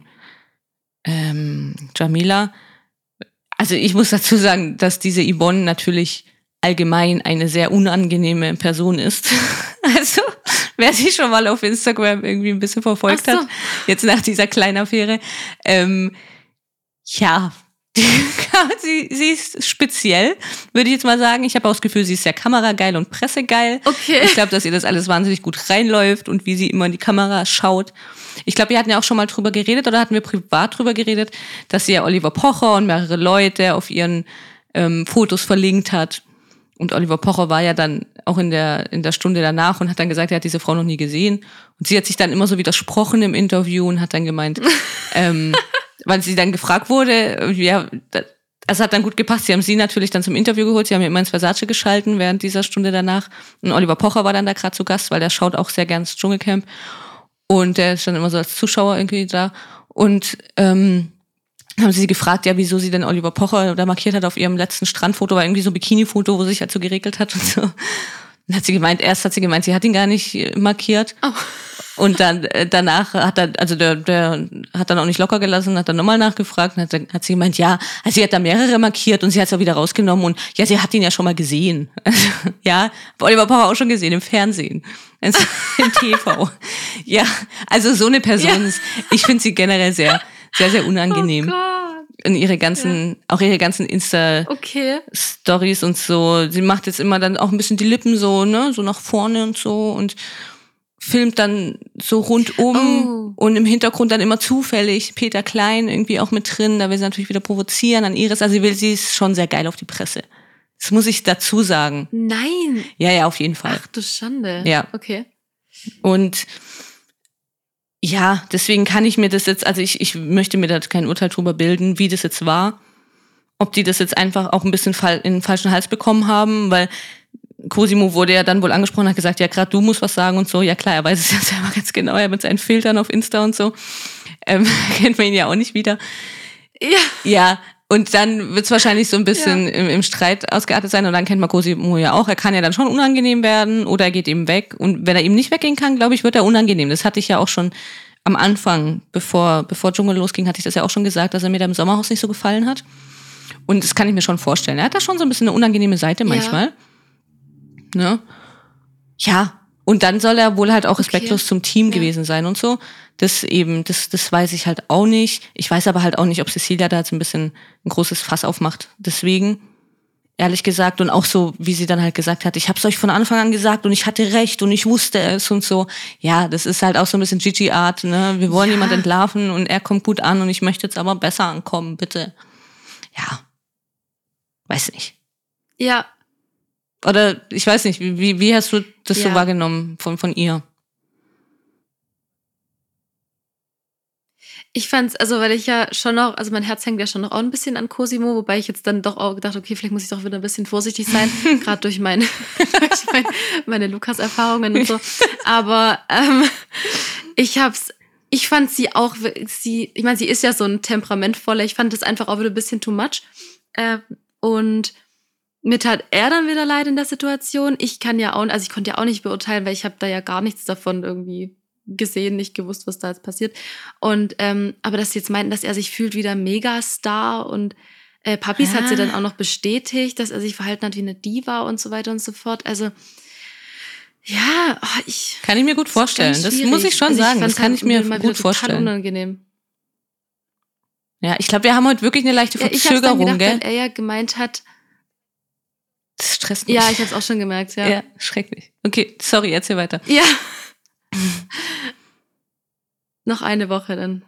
ähm, Jamila. Also ich muss dazu sagen, dass diese Yvonne natürlich allgemein eine sehr unangenehme Person ist. Also wer sie schon mal auf Instagram irgendwie ein bisschen verfolgt so. hat, jetzt nach dieser kleinen Affäre, ähm, ja, sie, sie ist speziell, würde ich jetzt mal sagen. Ich habe auch das Gefühl, sie ist sehr kamerageil und pressegeil. Okay. Ich glaube, dass ihr das alles wahnsinnig gut reinläuft und wie sie immer in die Kamera schaut. Ich glaube, wir hatten ja auch schon mal drüber geredet oder hatten wir privat drüber geredet, dass sie ja Oliver Pocher und mehrere Leute auf ihren ähm, Fotos verlinkt hat. Und Oliver Pocher war ja dann auch in der in der Stunde danach und hat dann gesagt, er hat diese Frau noch nie gesehen. Und sie hat sich dann immer so widersprochen im Interview und hat dann gemeint, ähm, weil sie dann gefragt wurde, ja, es hat dann gut gepasst. Sie haben sie natürlich dann zum Interview geholt. Sie haben ja immer ins Versace geschalten während dieser Stunde danach. Und Oliver Pocher war dann da gerade zu Gast, weil der schaut auch sehr gern das Dschungelcamp. Und der ist dann immer so als Zuschauer irgendwie da. Und ähm, haben sie sie gefragt, ja, wieso sie denn Oliver Pocher da markiert hat auf ihrem letzten Strandfoto, war irgendwie so ein Bikini-Foto, wo sie sich halt so geregelt hat und so. Dann hat sie gemeint, erst hat sie gemeint, sie hat ihn gar nicht markiert. Oh. Und dann äh, danach hat er, also der, der hat dann auch nicht locker gelassen, hat dann nochmal nachgefragt und hat, dann, hat sie gemeint, ja, also sie hat da mehrere markiert und sie hat es auch wieder rausgenommen und ja, sie hat ihn ja schon mal gesehen. Also, ja, Oliver Pocher auch schon gesehen im Fernsehen, also, im T V. Ja, also so eine Person, ja. ist, ich finde sie generell sehr, sehr, sehr unangenehm. Oh Gott. In ihre ganzen, ja. auch ihre ganzen Insta-Stories okay. und so. Sie macht jetzt immer dann auch ein bisschen die Lippen so, ne, so nach vorne und so und filmt dann so rundum Oh. und im Hintergrund dann immer zufällig Peter Klein irgendwie auch mit drin. Da will sie natürlich wieder provozieren an Iris. Also sie will, sie ist schon sehr geil auf die Presse. Das muss ich dazu sagen. Nein. Ja, ja, auf jeden Fall. Ach du Schande. Ja. Okay. Und ja, deswegen kann ich mir das jetzt, also ich, ich möchte mir da kein Urteil drüber bilden, wie das jetzt war. Ob die das jetzt einfach auch ein bisschen fall, in den falschen Hals bekommen haben, weil Cosimo wurde ja dann wohl angesprochen, hat gesagt, ja, gerade du musst was sagen und so. Ja klar, er weiß es ja selber ganz genau, er mit seinen Filtern auf Insta und so. Ähm, kennt man ihn ja auch nicht wieder. Ja. Ja, und dann wird es wahrscheinlich so ein bisschen Ja. im, im Streit ausgeartet sein und dann kennt man Cosimo ja auch. Er kann ja dann schon unangenehm werden oder er geht eben weg. Und wenn er eben nicht weggehen kann, glaube ich, wird er unangenehm. Das hatte ich ja auch schon am Anfang, bevor, bevor Dschungel losging, hatte ich das ja auch schon gesagt, dass er mir da im Sommerhaus nicht so gefallen hat. Und das kann ich mir schon vorstellen. Er hat da schon so ein bisschen eine unangenehme Seite manchmal. Ja. Ne? Ja. Und dann soll er wohl halt auch respektlos Okay. zum Team Ja. gewesen sein und so. Das eben, das, das weiß ich halt auch nicht. Ich weiß aber halt auch nicht, ob Cecilia da jetzt ein bisschen ein großes Fass aufmacht. Deswegen, ehrlich gesagt, und auch so, wie sie dann halt gesagt hat, ich hab's euch von Anfang an gesagt und ich hatte recht und ich wusste es und so. Ja, das ist halt auch so ein bisschen Gigi-Art, ne? Wir wollen Ja. jemand entlarven und er kommt gut an und ich möchte jetzt aber besser ankommen, bitte. Ja. Weiß nicht. Ja. Oder ich weiß nicht, wie, wie hast du das Ja. so wahrgenommen von, von ihr? Ich fand's, also weil ich ja schon noch, also mein Herz hängt ja schon noch auch ein bisschen an Cosimo, wobei ich jetzt dann doch auch gedacht, okay, vielleicht muss ich doch wieder ein bisschen vorsichtig sein, gerade durch meine, durch mein, meine Lukas-Erfahrungen und so. Aber ähm, ich hab's, ich fand sie auch, sie, ich meine, sie ist ja so ein temperamentvoller, ich fand das einfach auch wieder ein bisschen too much. Äh, und mir tat er dann wieder leid in der Situation. Ich kann ja auch, also ich konnte ja auch nicht beurteilen, weil ich habe da ja gar nichts davon irgendwie gesehen, nicht gewusst, was da jetzt passiert. Und ähm, aber dass sie jetzt meinten, dass er sich fühlt wie der Megastar und äh, Papis Ah. hat sie dann auch noch bestätigt, dass er sich verhalten hat wie eine Diva und so weiter und so fort. Also ja, oh, ich Kann ich mir gut vorstellen. ganz Das schwierig. muss ich schon Also sagen. Das fand's kann halt ich mir mal wieder gut total vorstellen. Unangenehm. Ja, ich glaube, wir haben heute wirklich eine leichte Ja, ich hab's dann Verzögerung, gedacht, weil gell? er ja gemeint hat, Das stresst mich. ja, ich habe es auch schon gemerkt, ja. Ja, schrecklich. Okay, sorry, erzähl weiter. Ja. Noch eine Woche dann.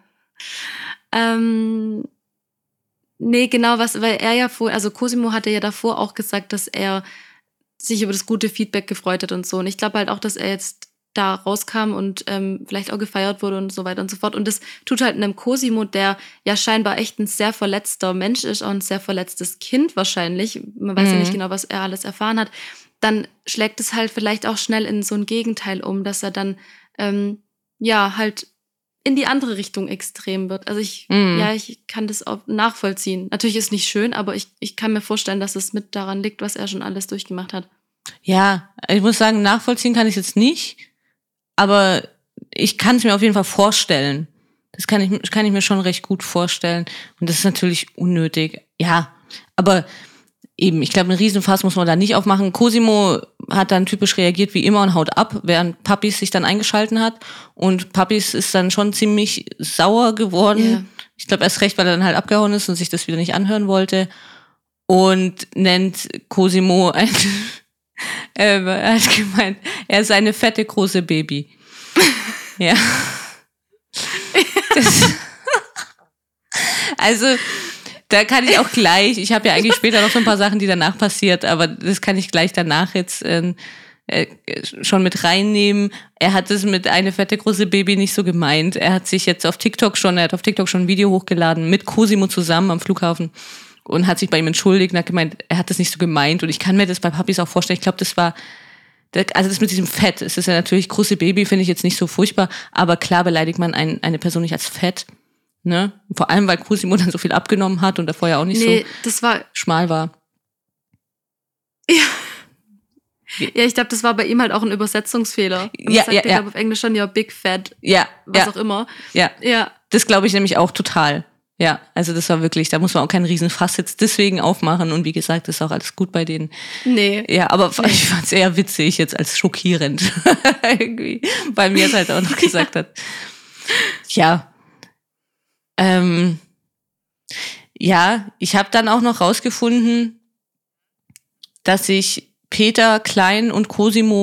Ähm, nee, genau, was, weil er ja vor, also Cosimo hatte ja davor auch gesagt, dass er sich über das gute Feedback gefreut hat und so. Und ich glaube halt auch, dass er jetzt da rauskam und ähm, vielleicht auch gefeiert wurde und so weiter und so fort. Und das tut halt einem Cosimo, der ja scheinbar echt ein sehr verletzter Mensch ist, auch ein sehr verletztes Kind wahrscheinlich. Man weiß ja Mhm. nicht genau, was er alles erfahren hat. Dann schlägt es halt vielleicht auch schnell in so ein Gegenteil um, dass er dann ähm, ja halt in die andere Richtung extrem wird. Also ich, Mhm. ja, ich kann das auch nachvollziehen. Natürlich ist nicht schön, aber ich, ich kann mir vorstellen, dass es mit daran liegt, was er schon alles durchgemacht hat. Ja, ich muss sagen, nachvollziehen kann ich jetzt nicht, aber ich kann es mir auf jeden Fall vorstellen. Das kann ich, kann ich mir schon recht gut vorstellen. Und das ist natürlich unnötig. Ja, aber eben, ich glaube, einen Riesenfass muss man da nicht aufmachen. Cosimo hat dann typisch reagiert wie immer und haut ab, während Papis sich dann eingeschalten hat. Und Papis ist dann schon ziemlich sauer geworden. Ja. Ich glaube, erst recht, weil er dann halt abgehauen ist und sich das wieder nicht anhören wollte. Und nennt Cosimo ein, äh, er hat gemeint, er ist eine fette, große Baby. Ja. Das, also, da kann ich auch gleich, ich habe ja eigentlich später noch so ein paar Sachen, die danach passiert, aber das kann ich gleich danach jetzt äh, äh, schon mit reinnehmen. Er hat es mit eine fette große Baby nicht so gemeint. Er hat sich jetzt auf TikTok schon, er hat auf TikTok schon ein Video hochgeladen mit Cosimo zusammen am Flughafen und hat sich bei ihm entschuldigt und hat gemeint, er hat das nicht so gemeint. Und ich kann mir das bei Papis auch vorstellen. Ich glaube, das war, also das mit diesem Fett, es ist ja natürlich große Baby, finde ich jetzt nicht so furchtbar, aber klar beleidigt man ein, eine Person nicht als Fett. Ne? Vor allem, weil Cosimo dann so viel abgenommen hat und davor ja auch nicht Nee, so das war, schmal war. ja, ich glaube, das war bei ihm halt auch ein Übersetzungsfehler. Und Ja, sagt, ja, ich ja. glaube auf Englisch schon ja big fat, Ja, was ja, auch immer. ja. Ja, Das glaube ich nämlich auch total. Ja, also das war wirklich, da muss man auch keinen Riesenfass jetzt deswegen aufmachen und wie gesagt, ist auch alles gut bei denen. nee. Ja, aber ich fand es eher witzig jetzt als schockierend. Irgendwie, weil mir es halt auch noch gesagt hat. Ja. Ähm, ja, ich habe dann auch noch rausgefunden, dass sich Peter Klein und Cosimo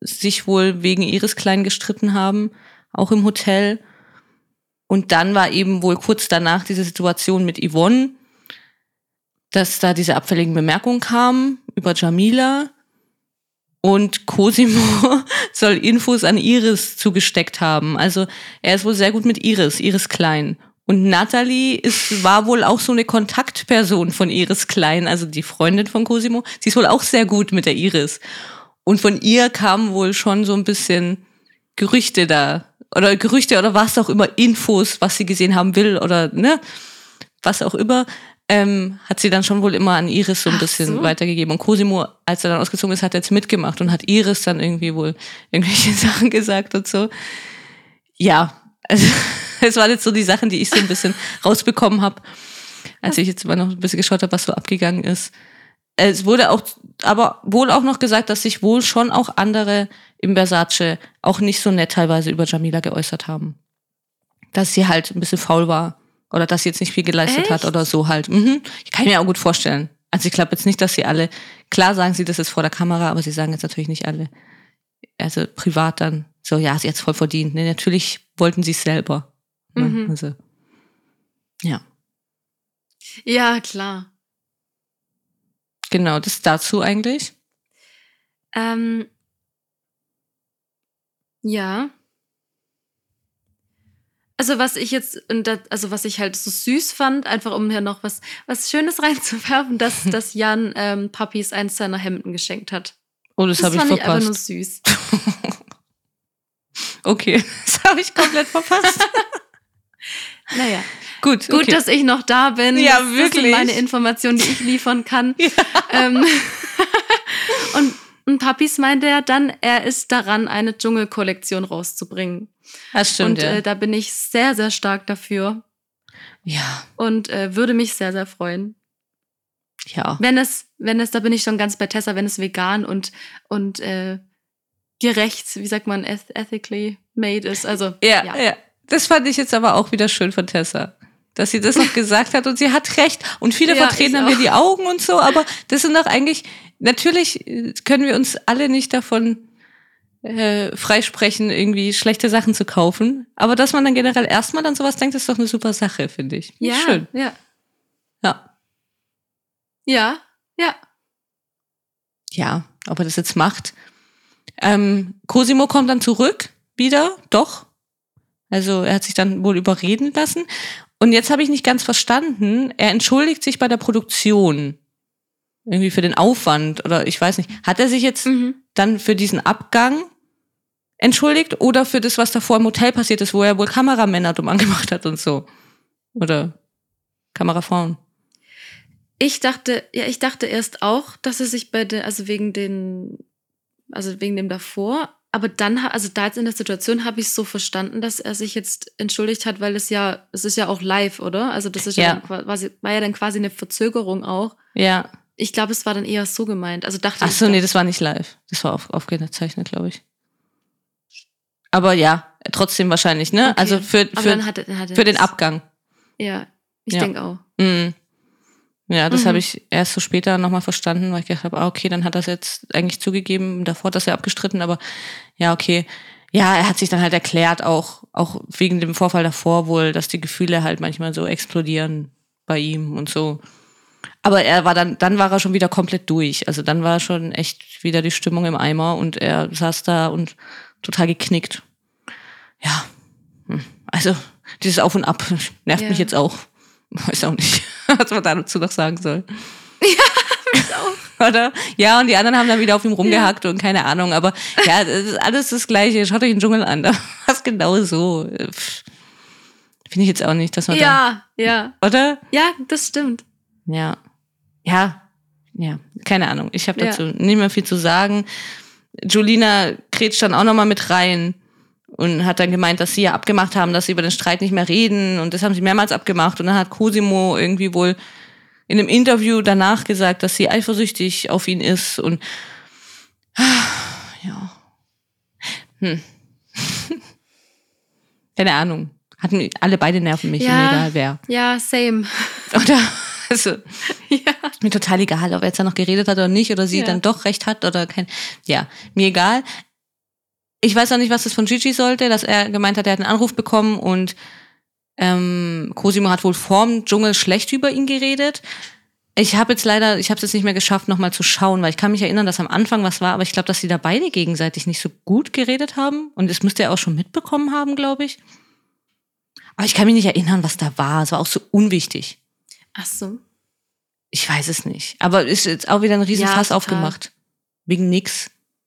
sich wohl wegen Iris Klein gestritten haben, auch im Hotel. Und dann war eben wohl kurz danach diese Situation mit Yvonne, dass da diese abfälligen Bemerkungen kamen über Jamila. Und Cosimo soll Infos an Iris zugesteckt haben. Also er ist wohl sehr gut mit Iris, Iris Klein. Und Natalie ist, war wohl auch so eine Kontaktperson von Iris Klein, also die Freundin von Cosimo. Sie ist wohl auch sehr gut mit der Iris. Und von ihr kamen wohl schon so ein bisschen Gerüchte da. Oder Gerüchte oder was auch immer, Infos, was sie gesehen haben will oder ne, was auch immer. Ähm, hat sie dann schon wohl immer an Iris so ein Ach bisschen so. weitergegeben. Und Cosimo, als er dann ausgezogen ist, hat er jetzt mitgemacht und hat Iris dann irgendwie wohl irgendwelche Sachen gesagt und so. Ja, also es waren jetzt so die Sachen, die ich so ein bisschen rausbekommen habe, als ich jetzt mal noch ein bisschen geschaut habe, was so abgegangen ist. Es wurde auch, aber wohl auch noch gesagt, dass sich wohl schon auch andere im Versace auch nicht so nett teilweise über Jamila geäußert haben. Dass sie halt ein bisschen faul war. Oder dass sie jetzt nicht viel geleistet Echt? hat oder so halt. Mhm. Ich kann mir auch gut vorstellen. Also ich glaube jetzt nicht, dass sie alle, klar sagen sie das jetzt vor der Kamera, aber sie sagen jetzt natürlich nicht alle, also privat dann, so ja, sie hat's voll verdient. Nee, natürlich wollten sie es selber. Ne? Mhm. Also, ja. Ja, klar. Genau, das dazu eigentlich. Ähm, ja. Also was ich jetzt, und das, also was ich halt so süß fand, einfach um hier noch was, was Schönes reinzuwerfen, dass, dass Jan ähm, Papis eins seiner Hemden geschenkt hat. Oh, das, Das habe ich fand ich einfach nur verpasst. süß. Okay, das habe ich komplett verpasst. Naja, Gut, gut, okay. dass ich noch da bin. Ja, das, wirklich. Das sind meine Informationen, die ich liefern kann. Ja. Ähm, und, und Papis meinte er dann, er ist daran, eine Dschungelkollektion rauszubringen. Das stimmt, und ja. äh, da bin ich sehr, sehr stark dafür Ja, und äh, würde mich sehr, sehr freuen. ja. Wenn es, wenn es, da bin ich schon ganz bei Tessa, wenn es vegan und, und äh, gerecht, wie sagt man, eth- ethically made ist. Also, Ja, ja. ja. Das fand ich jetzt aber auch wieder schön von Tessa. Dass sie das auch gesagt hat und sie hat recht. Und viele Ja, vertreten ich haben mir auch. die Augen und so, aber das sind doch eigentlich, natürlich äh, können wir uns alle nicht davon äh, freisprechen, irgendwie schlechte Sachen zu kaufen. Aber dass man dann generell erstmal an sowas denkt, ist doch eine super Sache, finde ich. Ja, Schön. ja, Ja. ja, ja. Ja, ob er das jetzt macht. Ähm, Cosimo kommt dann zurück, wieder, doch. Also er hat sich dann wohl überreden lassen. Und jetzt habe ich nicht ganz verstanden, er entschuldigt sich bei der Produktion. Irgendwie für den Aufwand oder ich weiß nicht. Hat er sich jetzt Mhm. dann für diesen Abgang entschuldigt oder für das, was davor im Hotel passiert ist, wo er wohl Kameramänner dumm angemacht hat und so? Oder Kamerafrauen? Ich dachte, ja, ich dachte erst auch, dass er sich bei der, also wegen den, also wegen dem davor, aber dann, ha- also da jetzt in der Situation habe ich es so verstanden, dass er sich jetzt entschuldigt hat, weil es ja, es ist ja auch live, oder? Also das ist ja, Ja. Dann quasi, war ja dann quasi eine Verzögerung auch. Ja. Ich glaube, es war dann eher so gemeint. Also dachte Ach ich. so, nee, doch. das war nicht live. Das war auf, aufgezeichnet, glaube ich. Aber ja, trotzdem wahrscheinlich, ne? Okay. Also für, Aber für, dann hat er, dann hat er für den das- Abgang. Ja, ich Ja. denke auch. Mhm. Ja, das Mhm. habe ich erst so später nochmal verstanden, weil ich gedacht habe, ah, okay, dann hat er es jetzt eigentlich zugegeben, davor hat er es ja abgestritten, aber ja, okay. Ja, er hat sich dann halt erklärt, auch, auch wegen dem Vorfall davor wohl, dass die Gefühle halt manchmal so explodieren bei ihm und so. Aber er war dann, dann war er schon wieder komplett durch. Also dann war schon echt wieder die Stimmung im Eimer und er saß da und total geknickt. Ja, hm. Also dieses Auf und Ab nervt Ja. mich jetzt auch. Weiß auch nicht, was man dazu noch sagen soll. Ich auch. Oder? Ja, und die anderen haben dann wieder auf ihm rumgehackt und keine Ahnung. Aber ja, das ist alles das Gleiche. Schaut euch den Dschungel an. Da war es genau so. Pff. Finde ich jetzt auch nicht, dass man Ja, ja. da... Oder? Ja, das stimmt. Ja. Ja. Ja. Keine Ahnung. Ich habe Ja. dazu nicht mehr viel zu sagen. Julina kretscht dann auch nochmal mit rein und hat dann gemeint, dass sie ja abgemacht haben, dass sie über den Streit nicht mehr reden. Und das haben sie mehrmals abgemacht. Und dann hat Cosimo irgendwie wohl in einem Interview danach gesagt, dass sie eifersüchtig auf ihn ist. Und ja. Hm. Keine Ahnung. Hatten alle beide nerven mich, Ja. mir egal wer. Ja, same. Oder? Also, Ja. mir total egal, ob er jetzt da noch geredet hat oder nicht, oder sie Ja. dann doch recht hat oder kein. Ja, mir egal. ich weiß auch nicht, was das von Gigi sollte, dass er gemeint hat, er hat einen Anruf bekommen und ähm, Cosimo hat wohl vorm Dschungel schlecht über ihn geredet. Ich habe jetzt leider, ich habe es jetzt nicht mehr geschafft, nochmal zu schauen, weil ich kann mich erinnern, dass am Anfang was war, aber ich glaube, dass sie da beide gegenseitig nicht so gut geredet haben. Und das müsste er auch schon mitbekommen haben, glaube ich. Aber ich kann mich nicht erinnern, was da war. Es war auch so unwichtig. Ach so. Ich weiß es nicht. Aber ist jetzt auch wieder ein riesen Ja, Fass total. aufgemacht. Wegen nix.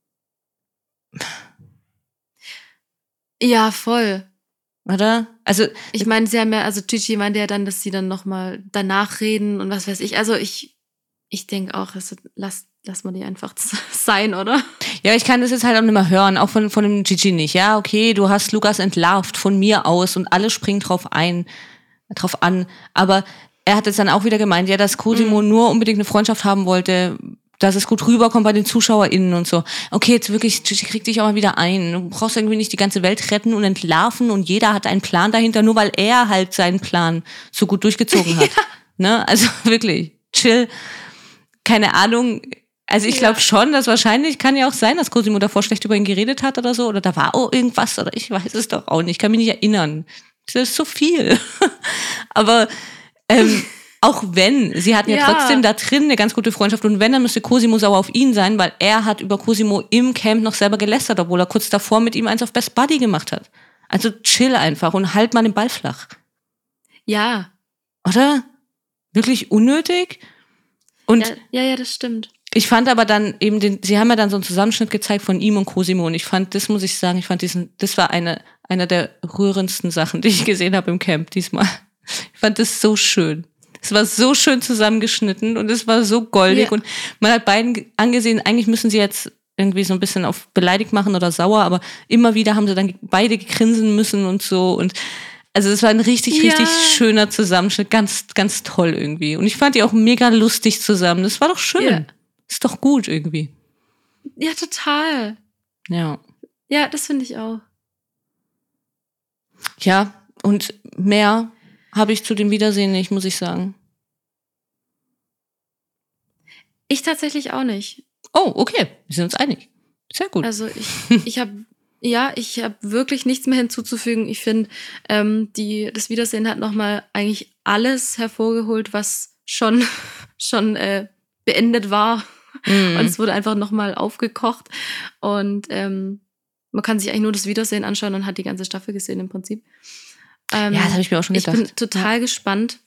Ja, voll. Oder? Also, Ich meine, sie haben ja, also Gigi meinte ja dann, dass sie dann nochmal danach reden und was weiß ich. Also ich, ich denke auch, also lass, lass mal die einfach sein, oder? ja, ich kann das jetzt halt auch nicht mehr hören, auch von, von dem Gigi nicht. Ja, okay, du hast Lukas entlarvt von mir aus und alle springen drauf ein, drauf an. Aber er hat jetzt dann auch wieder gemeint, ja, dass Cosimo mhm. nur unbedingt eine Freundschaft haben wollte, dass es gut rüberkommt bei den ZuschauerInnen und so. Okay, jetzt wirklich, Gigi, krieg dich auch mal wieder ein. Du brauchst irgendwie nicht die ganze Welt retten und entlarven und jeder hat einen Plan dahinter, nur weil er halt seinen Plan so gut durchgezogen hat. Ne? Also wirklich, chill. Keine Ahnung. Also ich glaube ja. schon, dass wahrscheinlich, kann ja auch sein, dass Cosimo davor schlecht über ihn geredet hat oder so, oder da war auch irgendwas, oder ich weiß es doch auch nicht, ich kann mich nicht erinnern. Das ist so viel. Aber ähm, auch wenn, sie hatten ja, ja trotzdem da drin eine ganz gute Freundschaft und wenn, dann müsste Cosimo sauer auf ihn sein, weil er hat über Cosimo im Camp noch selber gelästert, obwohl er kurz davor mit ihm eins auf Best Buddy gemacht hat. Also chill einfach und halt mal den Ball flach. Ja. Oder? Wirklich unnötig? Und ja, ja, ja, das stimmt. Ich fand aber dann eben den, sie haben ja dann so einen Zusammenschnitt gezeigt von ihm und Cosimo und ich fand, das muss ich sagen, ich fand diesen, das war eine, einer der rührendsten Sachen, die ich gesehen habe im Camp diesmal. Ich fand das so schön. Es war so schön zusammengeschnitten und es war so goldig. Ja. Und man hat beiden angesehen, eigentlich müssen sie jetzt irgendwie so ein bisschen auf beleidigt machen oder sauer, aber immer wieder haben sie dann beide grinsen müssen und so. Und also es war ein richtig, ja. richtig schöner Zusammenschnitt. Ganz, ganz toll irgendwie. Und ich fand die auch mega lustig zusammen. Das war doch schön. Ja. Ist doch gut irgendwie. Ja, total. Ja. Ja, das finde ich auch. Ja, und mehr habe ich zu dem Wiedersehen nicht, muss ich sagen. Ich tatsächlich auch nicht. Oh, okay. Wir sind uns einig. Sehr gut. Also ich, ich habe, ja, ich habe wirklich nichts mehr hinzuzufügen. Ich finde, ähm, die, das Wiedersehen hat nochmal eigentlich alles hervorgeholt, was schon, schon äh, beendet war. Mm. Und es wurde einfach nochmal aufgekocht. Und ähm, man kann sich eigentlich nur das Wiedersehen anschauen und hat die ganze Staffel gesehen im Prinzip. Ähm, ja, das habe ich mir auch schon gedacht. Ich bin total ja. gespannt.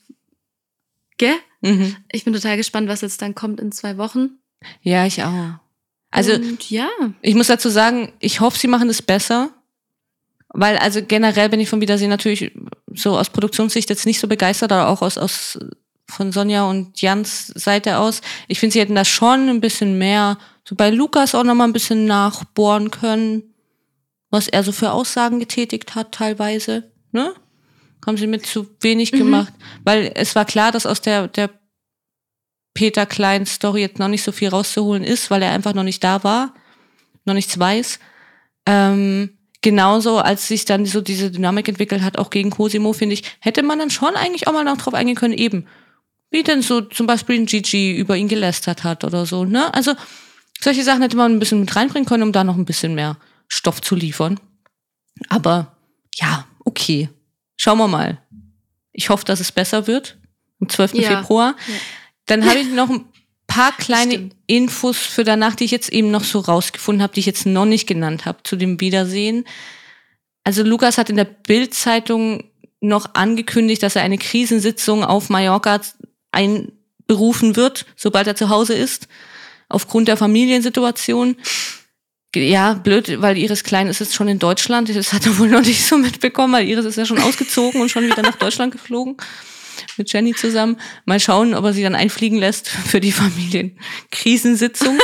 Gell? Mhm. Ich bin total gespannt, was jetzt dann kommt in zwei Wochen. Ja, ich auch. Also, und, ja. ich muss dazu sagen, ich hoffe, sie machen es besser. Weil, also generell bin ich vom Wiedersehen natürlich so aus Produktionssicht jetzt nicht so begeistert, aber auch aus, aus von Sonja und Jans Seite aus. Ich finde, sie hätten da schon ein bisschen mehr, so bei Lukas auch nochmal ein bisschen nachbohren können, was er so für Aussagen getätigt hat teilweise, ne? Haben sie mit zu wenig mhm. gemacht. Weil es war klar, dass aus der, der Peter Klein-Story jetzt noch nicht so viel rauszuholen ist, weil er einfach noch nicht da war, noch nichts weiß. Ähm, genauso, als sich dann so diese Dynamik entwickelt hat, auch gegen Cosimo, finde ich, hätte man dann schon eigentlich auch mal noch drauf eingehen können, eben, wie denn so zum Beispiel ein Gigi über ihn gelästert hat oder so, ne? Also, solche Sachen hätte man ein bisschen mit reinbringen können, um da noch ein bisschen mehr Stoff zu liefern. Aber, ja, okay. Schauen wir mal. Ich hoffe, dass es besser wird. Am zwölften Ja. Februar. Ja. Dann habe ich noch ein paar kleine Stimmt. Infos für danach, die ich jetzt eben noch so rausgefunden habe, die ich jetzt noch nicht genannt habe, zu dem Wiedersehen. Also Lukas hat in der Bild-Zeitung noch angekündigt, dass er eine Krisensitzung auf Mallorca einberufen wird, sobald er zu Hause ist, aufgrund der Familiensituation. Ja, blöd, weil Iris Klein ist jetzt schon in Deutschland. Das hat er wohl noch nicht so mitbekommen, weil Iris ist ja schon ausgezogen und schon wieder nach Deutschland geflogen. Mit Jenny zusammen. Mal schauen, ob er sie dann einfliegen lässt für die Familienkrisensitzung.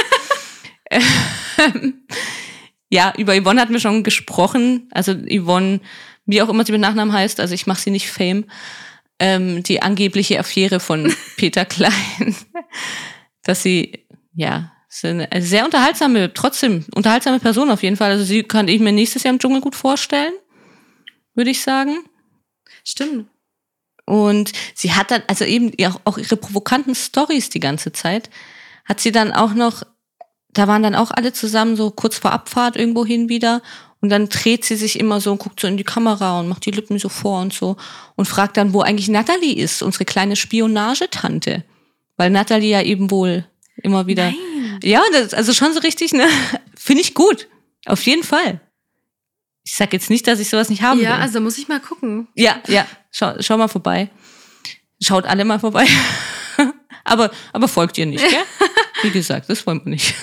Ja, über Yvonne hatten wir schon gesprochen. Also Yvonne, wie auch immer sie mit Nachnamen heißt, also ich mache sie nicht Fame. Ähm, die angebliche Affäre von Peter Klein. Dass sie, ja, ist eine sehr unterhaltsame, trotzdem unterhaltsame Person auf jeden Fall. Also sie kann ich mir nächstes Jahr im Dschungel gut vorstellen, würde ich sagen. Stimmt. Und sie hat dann, also eben auch ihre provokanten Storys die ganze Zeit, hat sie dann auch noch, da waren dann auch alle zusammen so kurz vor Abfahrt irgendwo hin wieder Und dann dreht sie sich immer so und guckt so in die Kamera und macht die Lippen so vor und so und fragt dann, wo eigentlich Natalie ist, unsere kleine Spionagetante. Weil Natalie ja eben wohl immer wieder... Nein. Ja, das, also schon so richtig, ne? Finde ich gut. Auf jeden Fall. Ich sag jetzt nicht, dass ich sowas nicht haben Ja, will. also muss ich mal gucken. Ja, ja. Schau, schau mal vorbei. Schaut alle mal vorbei. aber, aber folgt ihr nicht, gell? Wie gesagt, das wollen wir nicht.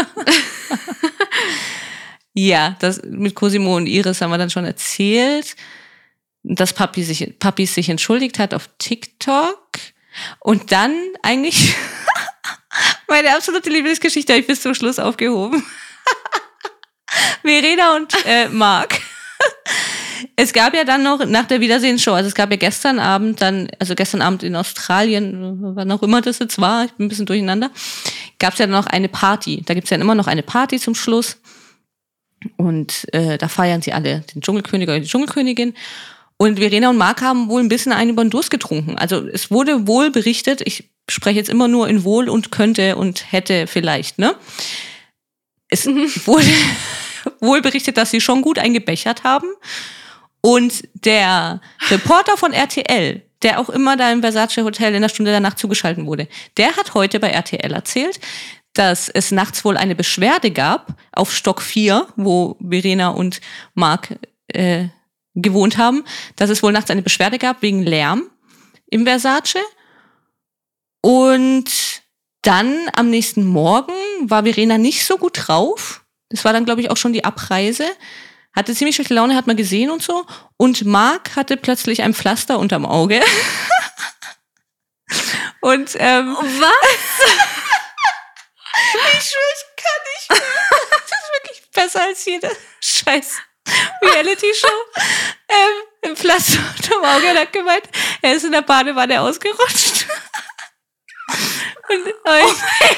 Ja, das mit Cosimo und Iris haben wir dann schon erzählt, dass Papi sich, Papi sich entschuldigt hat auf TikTok. Und dann eigentlich meine absolute Lieblingsgeschichte habe ich bis zum Schluss aufgehoben. Verena und äh, Marc. Es gab ja dann noch nach der Wiedersehensshow, also es gab ja gestern Abend dann, also gestern Abend in Australien, wann auch immer das jetzt war, ich bin ein bisschen durcheinander, gab es ja noch eine Party. Da gibt es ja immer noch eine Party zum Schluss. Und äh, da feiern sie alle den Dschungelkönig oder die Dschungelkönigin. Und Verena und Marc haben wohl ein bisschen einen über den Durst getrunken. Also es wurde wohl berichtet, ich spreche jetzt immer nur in wohl und könnte und hätte vielleicht, ne? Es wurde wohl berichtet, dass sie schon gut eingebechert haben. Und der Reporter von R T L, der auch immer da im Versace Hotel in der Stunde der Nacht zugeschaltet wurde, der hat heute bei R T L erzählt, dass es nachts wohl eine Beschwerde gab auf Stock vier, wo Verena und Marc äh, gewohnt haben, dass es wohl nachts eine Beschwerde gab wegen Lärm im Versace. Und dann am nächsten Morgen war Verena nicht so gut drauf. Das war dann, glaube ich, auch schon die Abreise. Hatte ziemlich schlechte Laune, hat man gesehen und so. Und Marc hatte plötzlich ein Pflaster unterm Auge. Und ähm, Was? ich schwöre, ich kann nicht mehr. Das ist wirklich besser als jede scheiß Reality-Show. Ähm, Im Pflaster unterm Auge, er hat gemeint, er ist in der Badewanne ausgerutscht. Und, oh, oh mein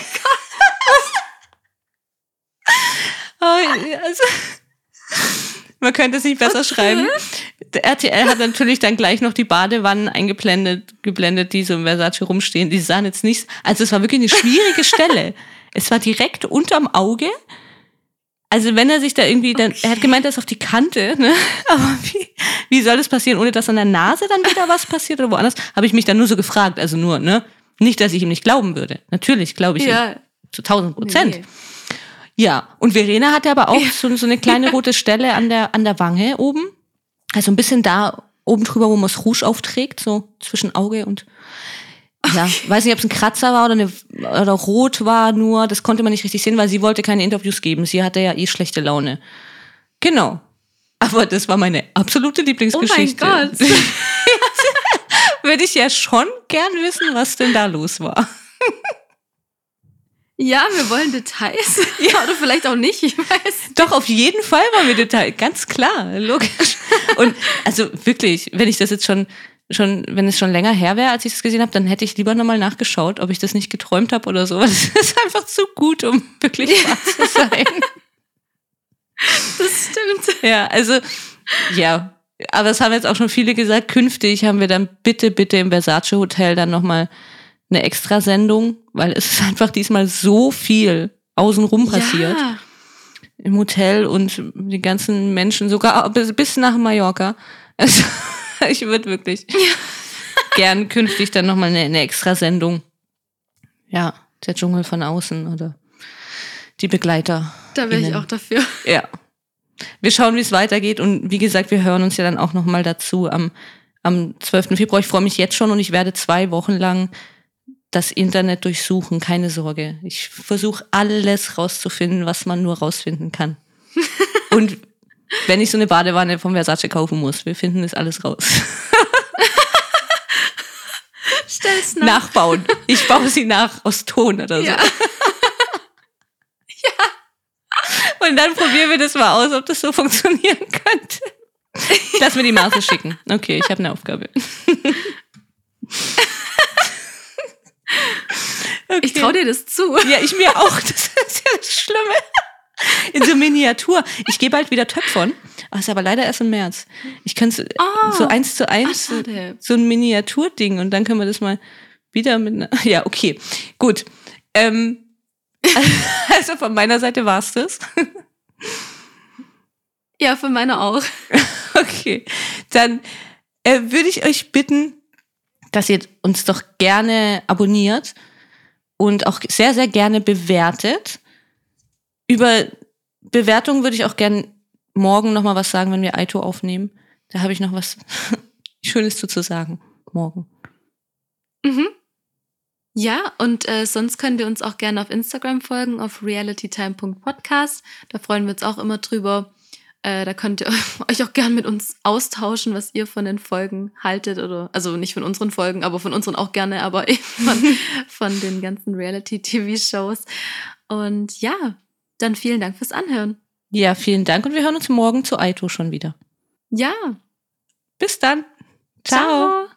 Gott. Oh, also, man könnte es nicht besser Was schreiben. Der R T L hat natürlich dann gleich noch die Badewannen eingeblendet, geblendet, die so im Versace rumstehen. Die sahen jetzt nicht, also es war wirklich eine schwierige Stelle. Es war direkt unterm Auge. Also wenn er sich da irgendwie, dann, okay. Er hat gemeint, er ist auf die Kante, ne? Aber wie, wie soll das passieren, ohne dass an der Nase dann wieder was passiert oder woanders? Habe ich mich dann nur so gefragt, also nur, ne? Nicht, dass ich ihm nicht glauben würde. Natürlich glaube ich ja. ihm zu tausend Prozent. Nee. Ja, und Verena hatte aber auch so, so eine kleine rote Stelle an der, an der Wange oben. Also ein bisschen da oben drüber, wo man das Rouge aufträgt, so zwischen Auge und, ja, okay. Weiß nicht, ob es ein Kratzer war oder, eine, oder rot war nur, das konnte man nicht richtig sehen, weil sie wollte keine Interviews geben. Sie hatte ja eh schlechte Laune. Genau. Aber das war meine absolute Lieblingsgeschichte. Oh mein Gott. Würde ich ja schon gern wissen, was denn da los war. Ja, wir wollen Details. Ja, oder vielleicht auch nicht, ich weiß. Doch, auf jeden Fall wollen wir Details, ganz klar, logisch. Und also wirklich, wenn ich das jetzt schon, schon, wenn es schon länger her wäre, als ich das gesehen habe, dann hätte ich lieber nochmal nachgeschaut, ob ich das nicht geträumt habe oder so. Das ist einfach zu gut, um wirklich wahr zu sein. Das stimmt. Ja, also, ja. Aber es haben jetzt auch schon viele gesagt, künftig haben wir dann bitte, bitte im Versace Hotel dann nochmal eine Extrasendung, weil es ist einfach diesmal so viel außenrum passiert. Ja. Im Hotel und die ganzen Menschen, sogar bis, bis nach Mallorca. Also, ich würde wirklich ja. gern künftig dann nochmal eine, eine Extrasendung. Ja, der Dschungel von außen oder die Begleiter. Da wäre ich auch dafür. Ja. Wir schauen, wie es weitergeht und wie gesagt, wir hören uns ja dann auch nochmal dazu am, am zwölften Februar. Ich freue mich jetzt schon und ich werde zwei Wochen lang das Internet durchsuchen, keine Sorge. Ich versuche alles rauszufinden, was man nur rausfinden kann. Und wenn ich so eine Badewanne vom Versace kaufen muss, wir finden das alles raus. Stell's nach. Nachbauen. Ich baue sie nach aus Ton oder so. Ja. Ja. Und dann probieren wir das mal aus, ob das so funktionieren könnte. Lass mir die Maße schicken. Okay, ich habe eine Aufgabe. Okay. Ich traue dir das zu. Ja, ich mir auch. Das ist ja das Schlimme. In so Miniatur. Ich gehe bald wieder töpfern. Ach, ist aber leider erst im März. Ich könnte oh. so eins zu eins Ach, so, so ein Miniaturding und dann können wir das mal wieder mit einer, ja, okay. Gut. Ähm, also von meiner Seite war's das. Ja, für meine auch. Okay, dann äh, würde ich euch bitten, dass ihr uns doch gerne abonniert und auch sehr, sehr gerne bewertet. Über Bewertungen würde ich auch gerne morgen nochmal was sagen, wenn wir Aito aufnehmen. Da habe ich noch was Schönes zu sagen. Morgen. Mhm. Ja, und äh, sonst könnt ihr uns auch gerne auf Instagram folgen, auf realitytime punkt podcast. Da freuen wir uns auch immer drüber. Äh, da könnt ihr euch auch gerne mit uns austauschen, was ihr von den Folgen haltet. Oder also nicht von unseren Folgen, aber von unseren auch gerne, aber eben von, von den ganzen Reality-T V-Shows. Und ja, dann vielen Dank fürs Anhören. Ja, vielen Dank und wir hören uns morgen zu Aito schon wieder. Ja. Bis dann. Ciao. Ciao.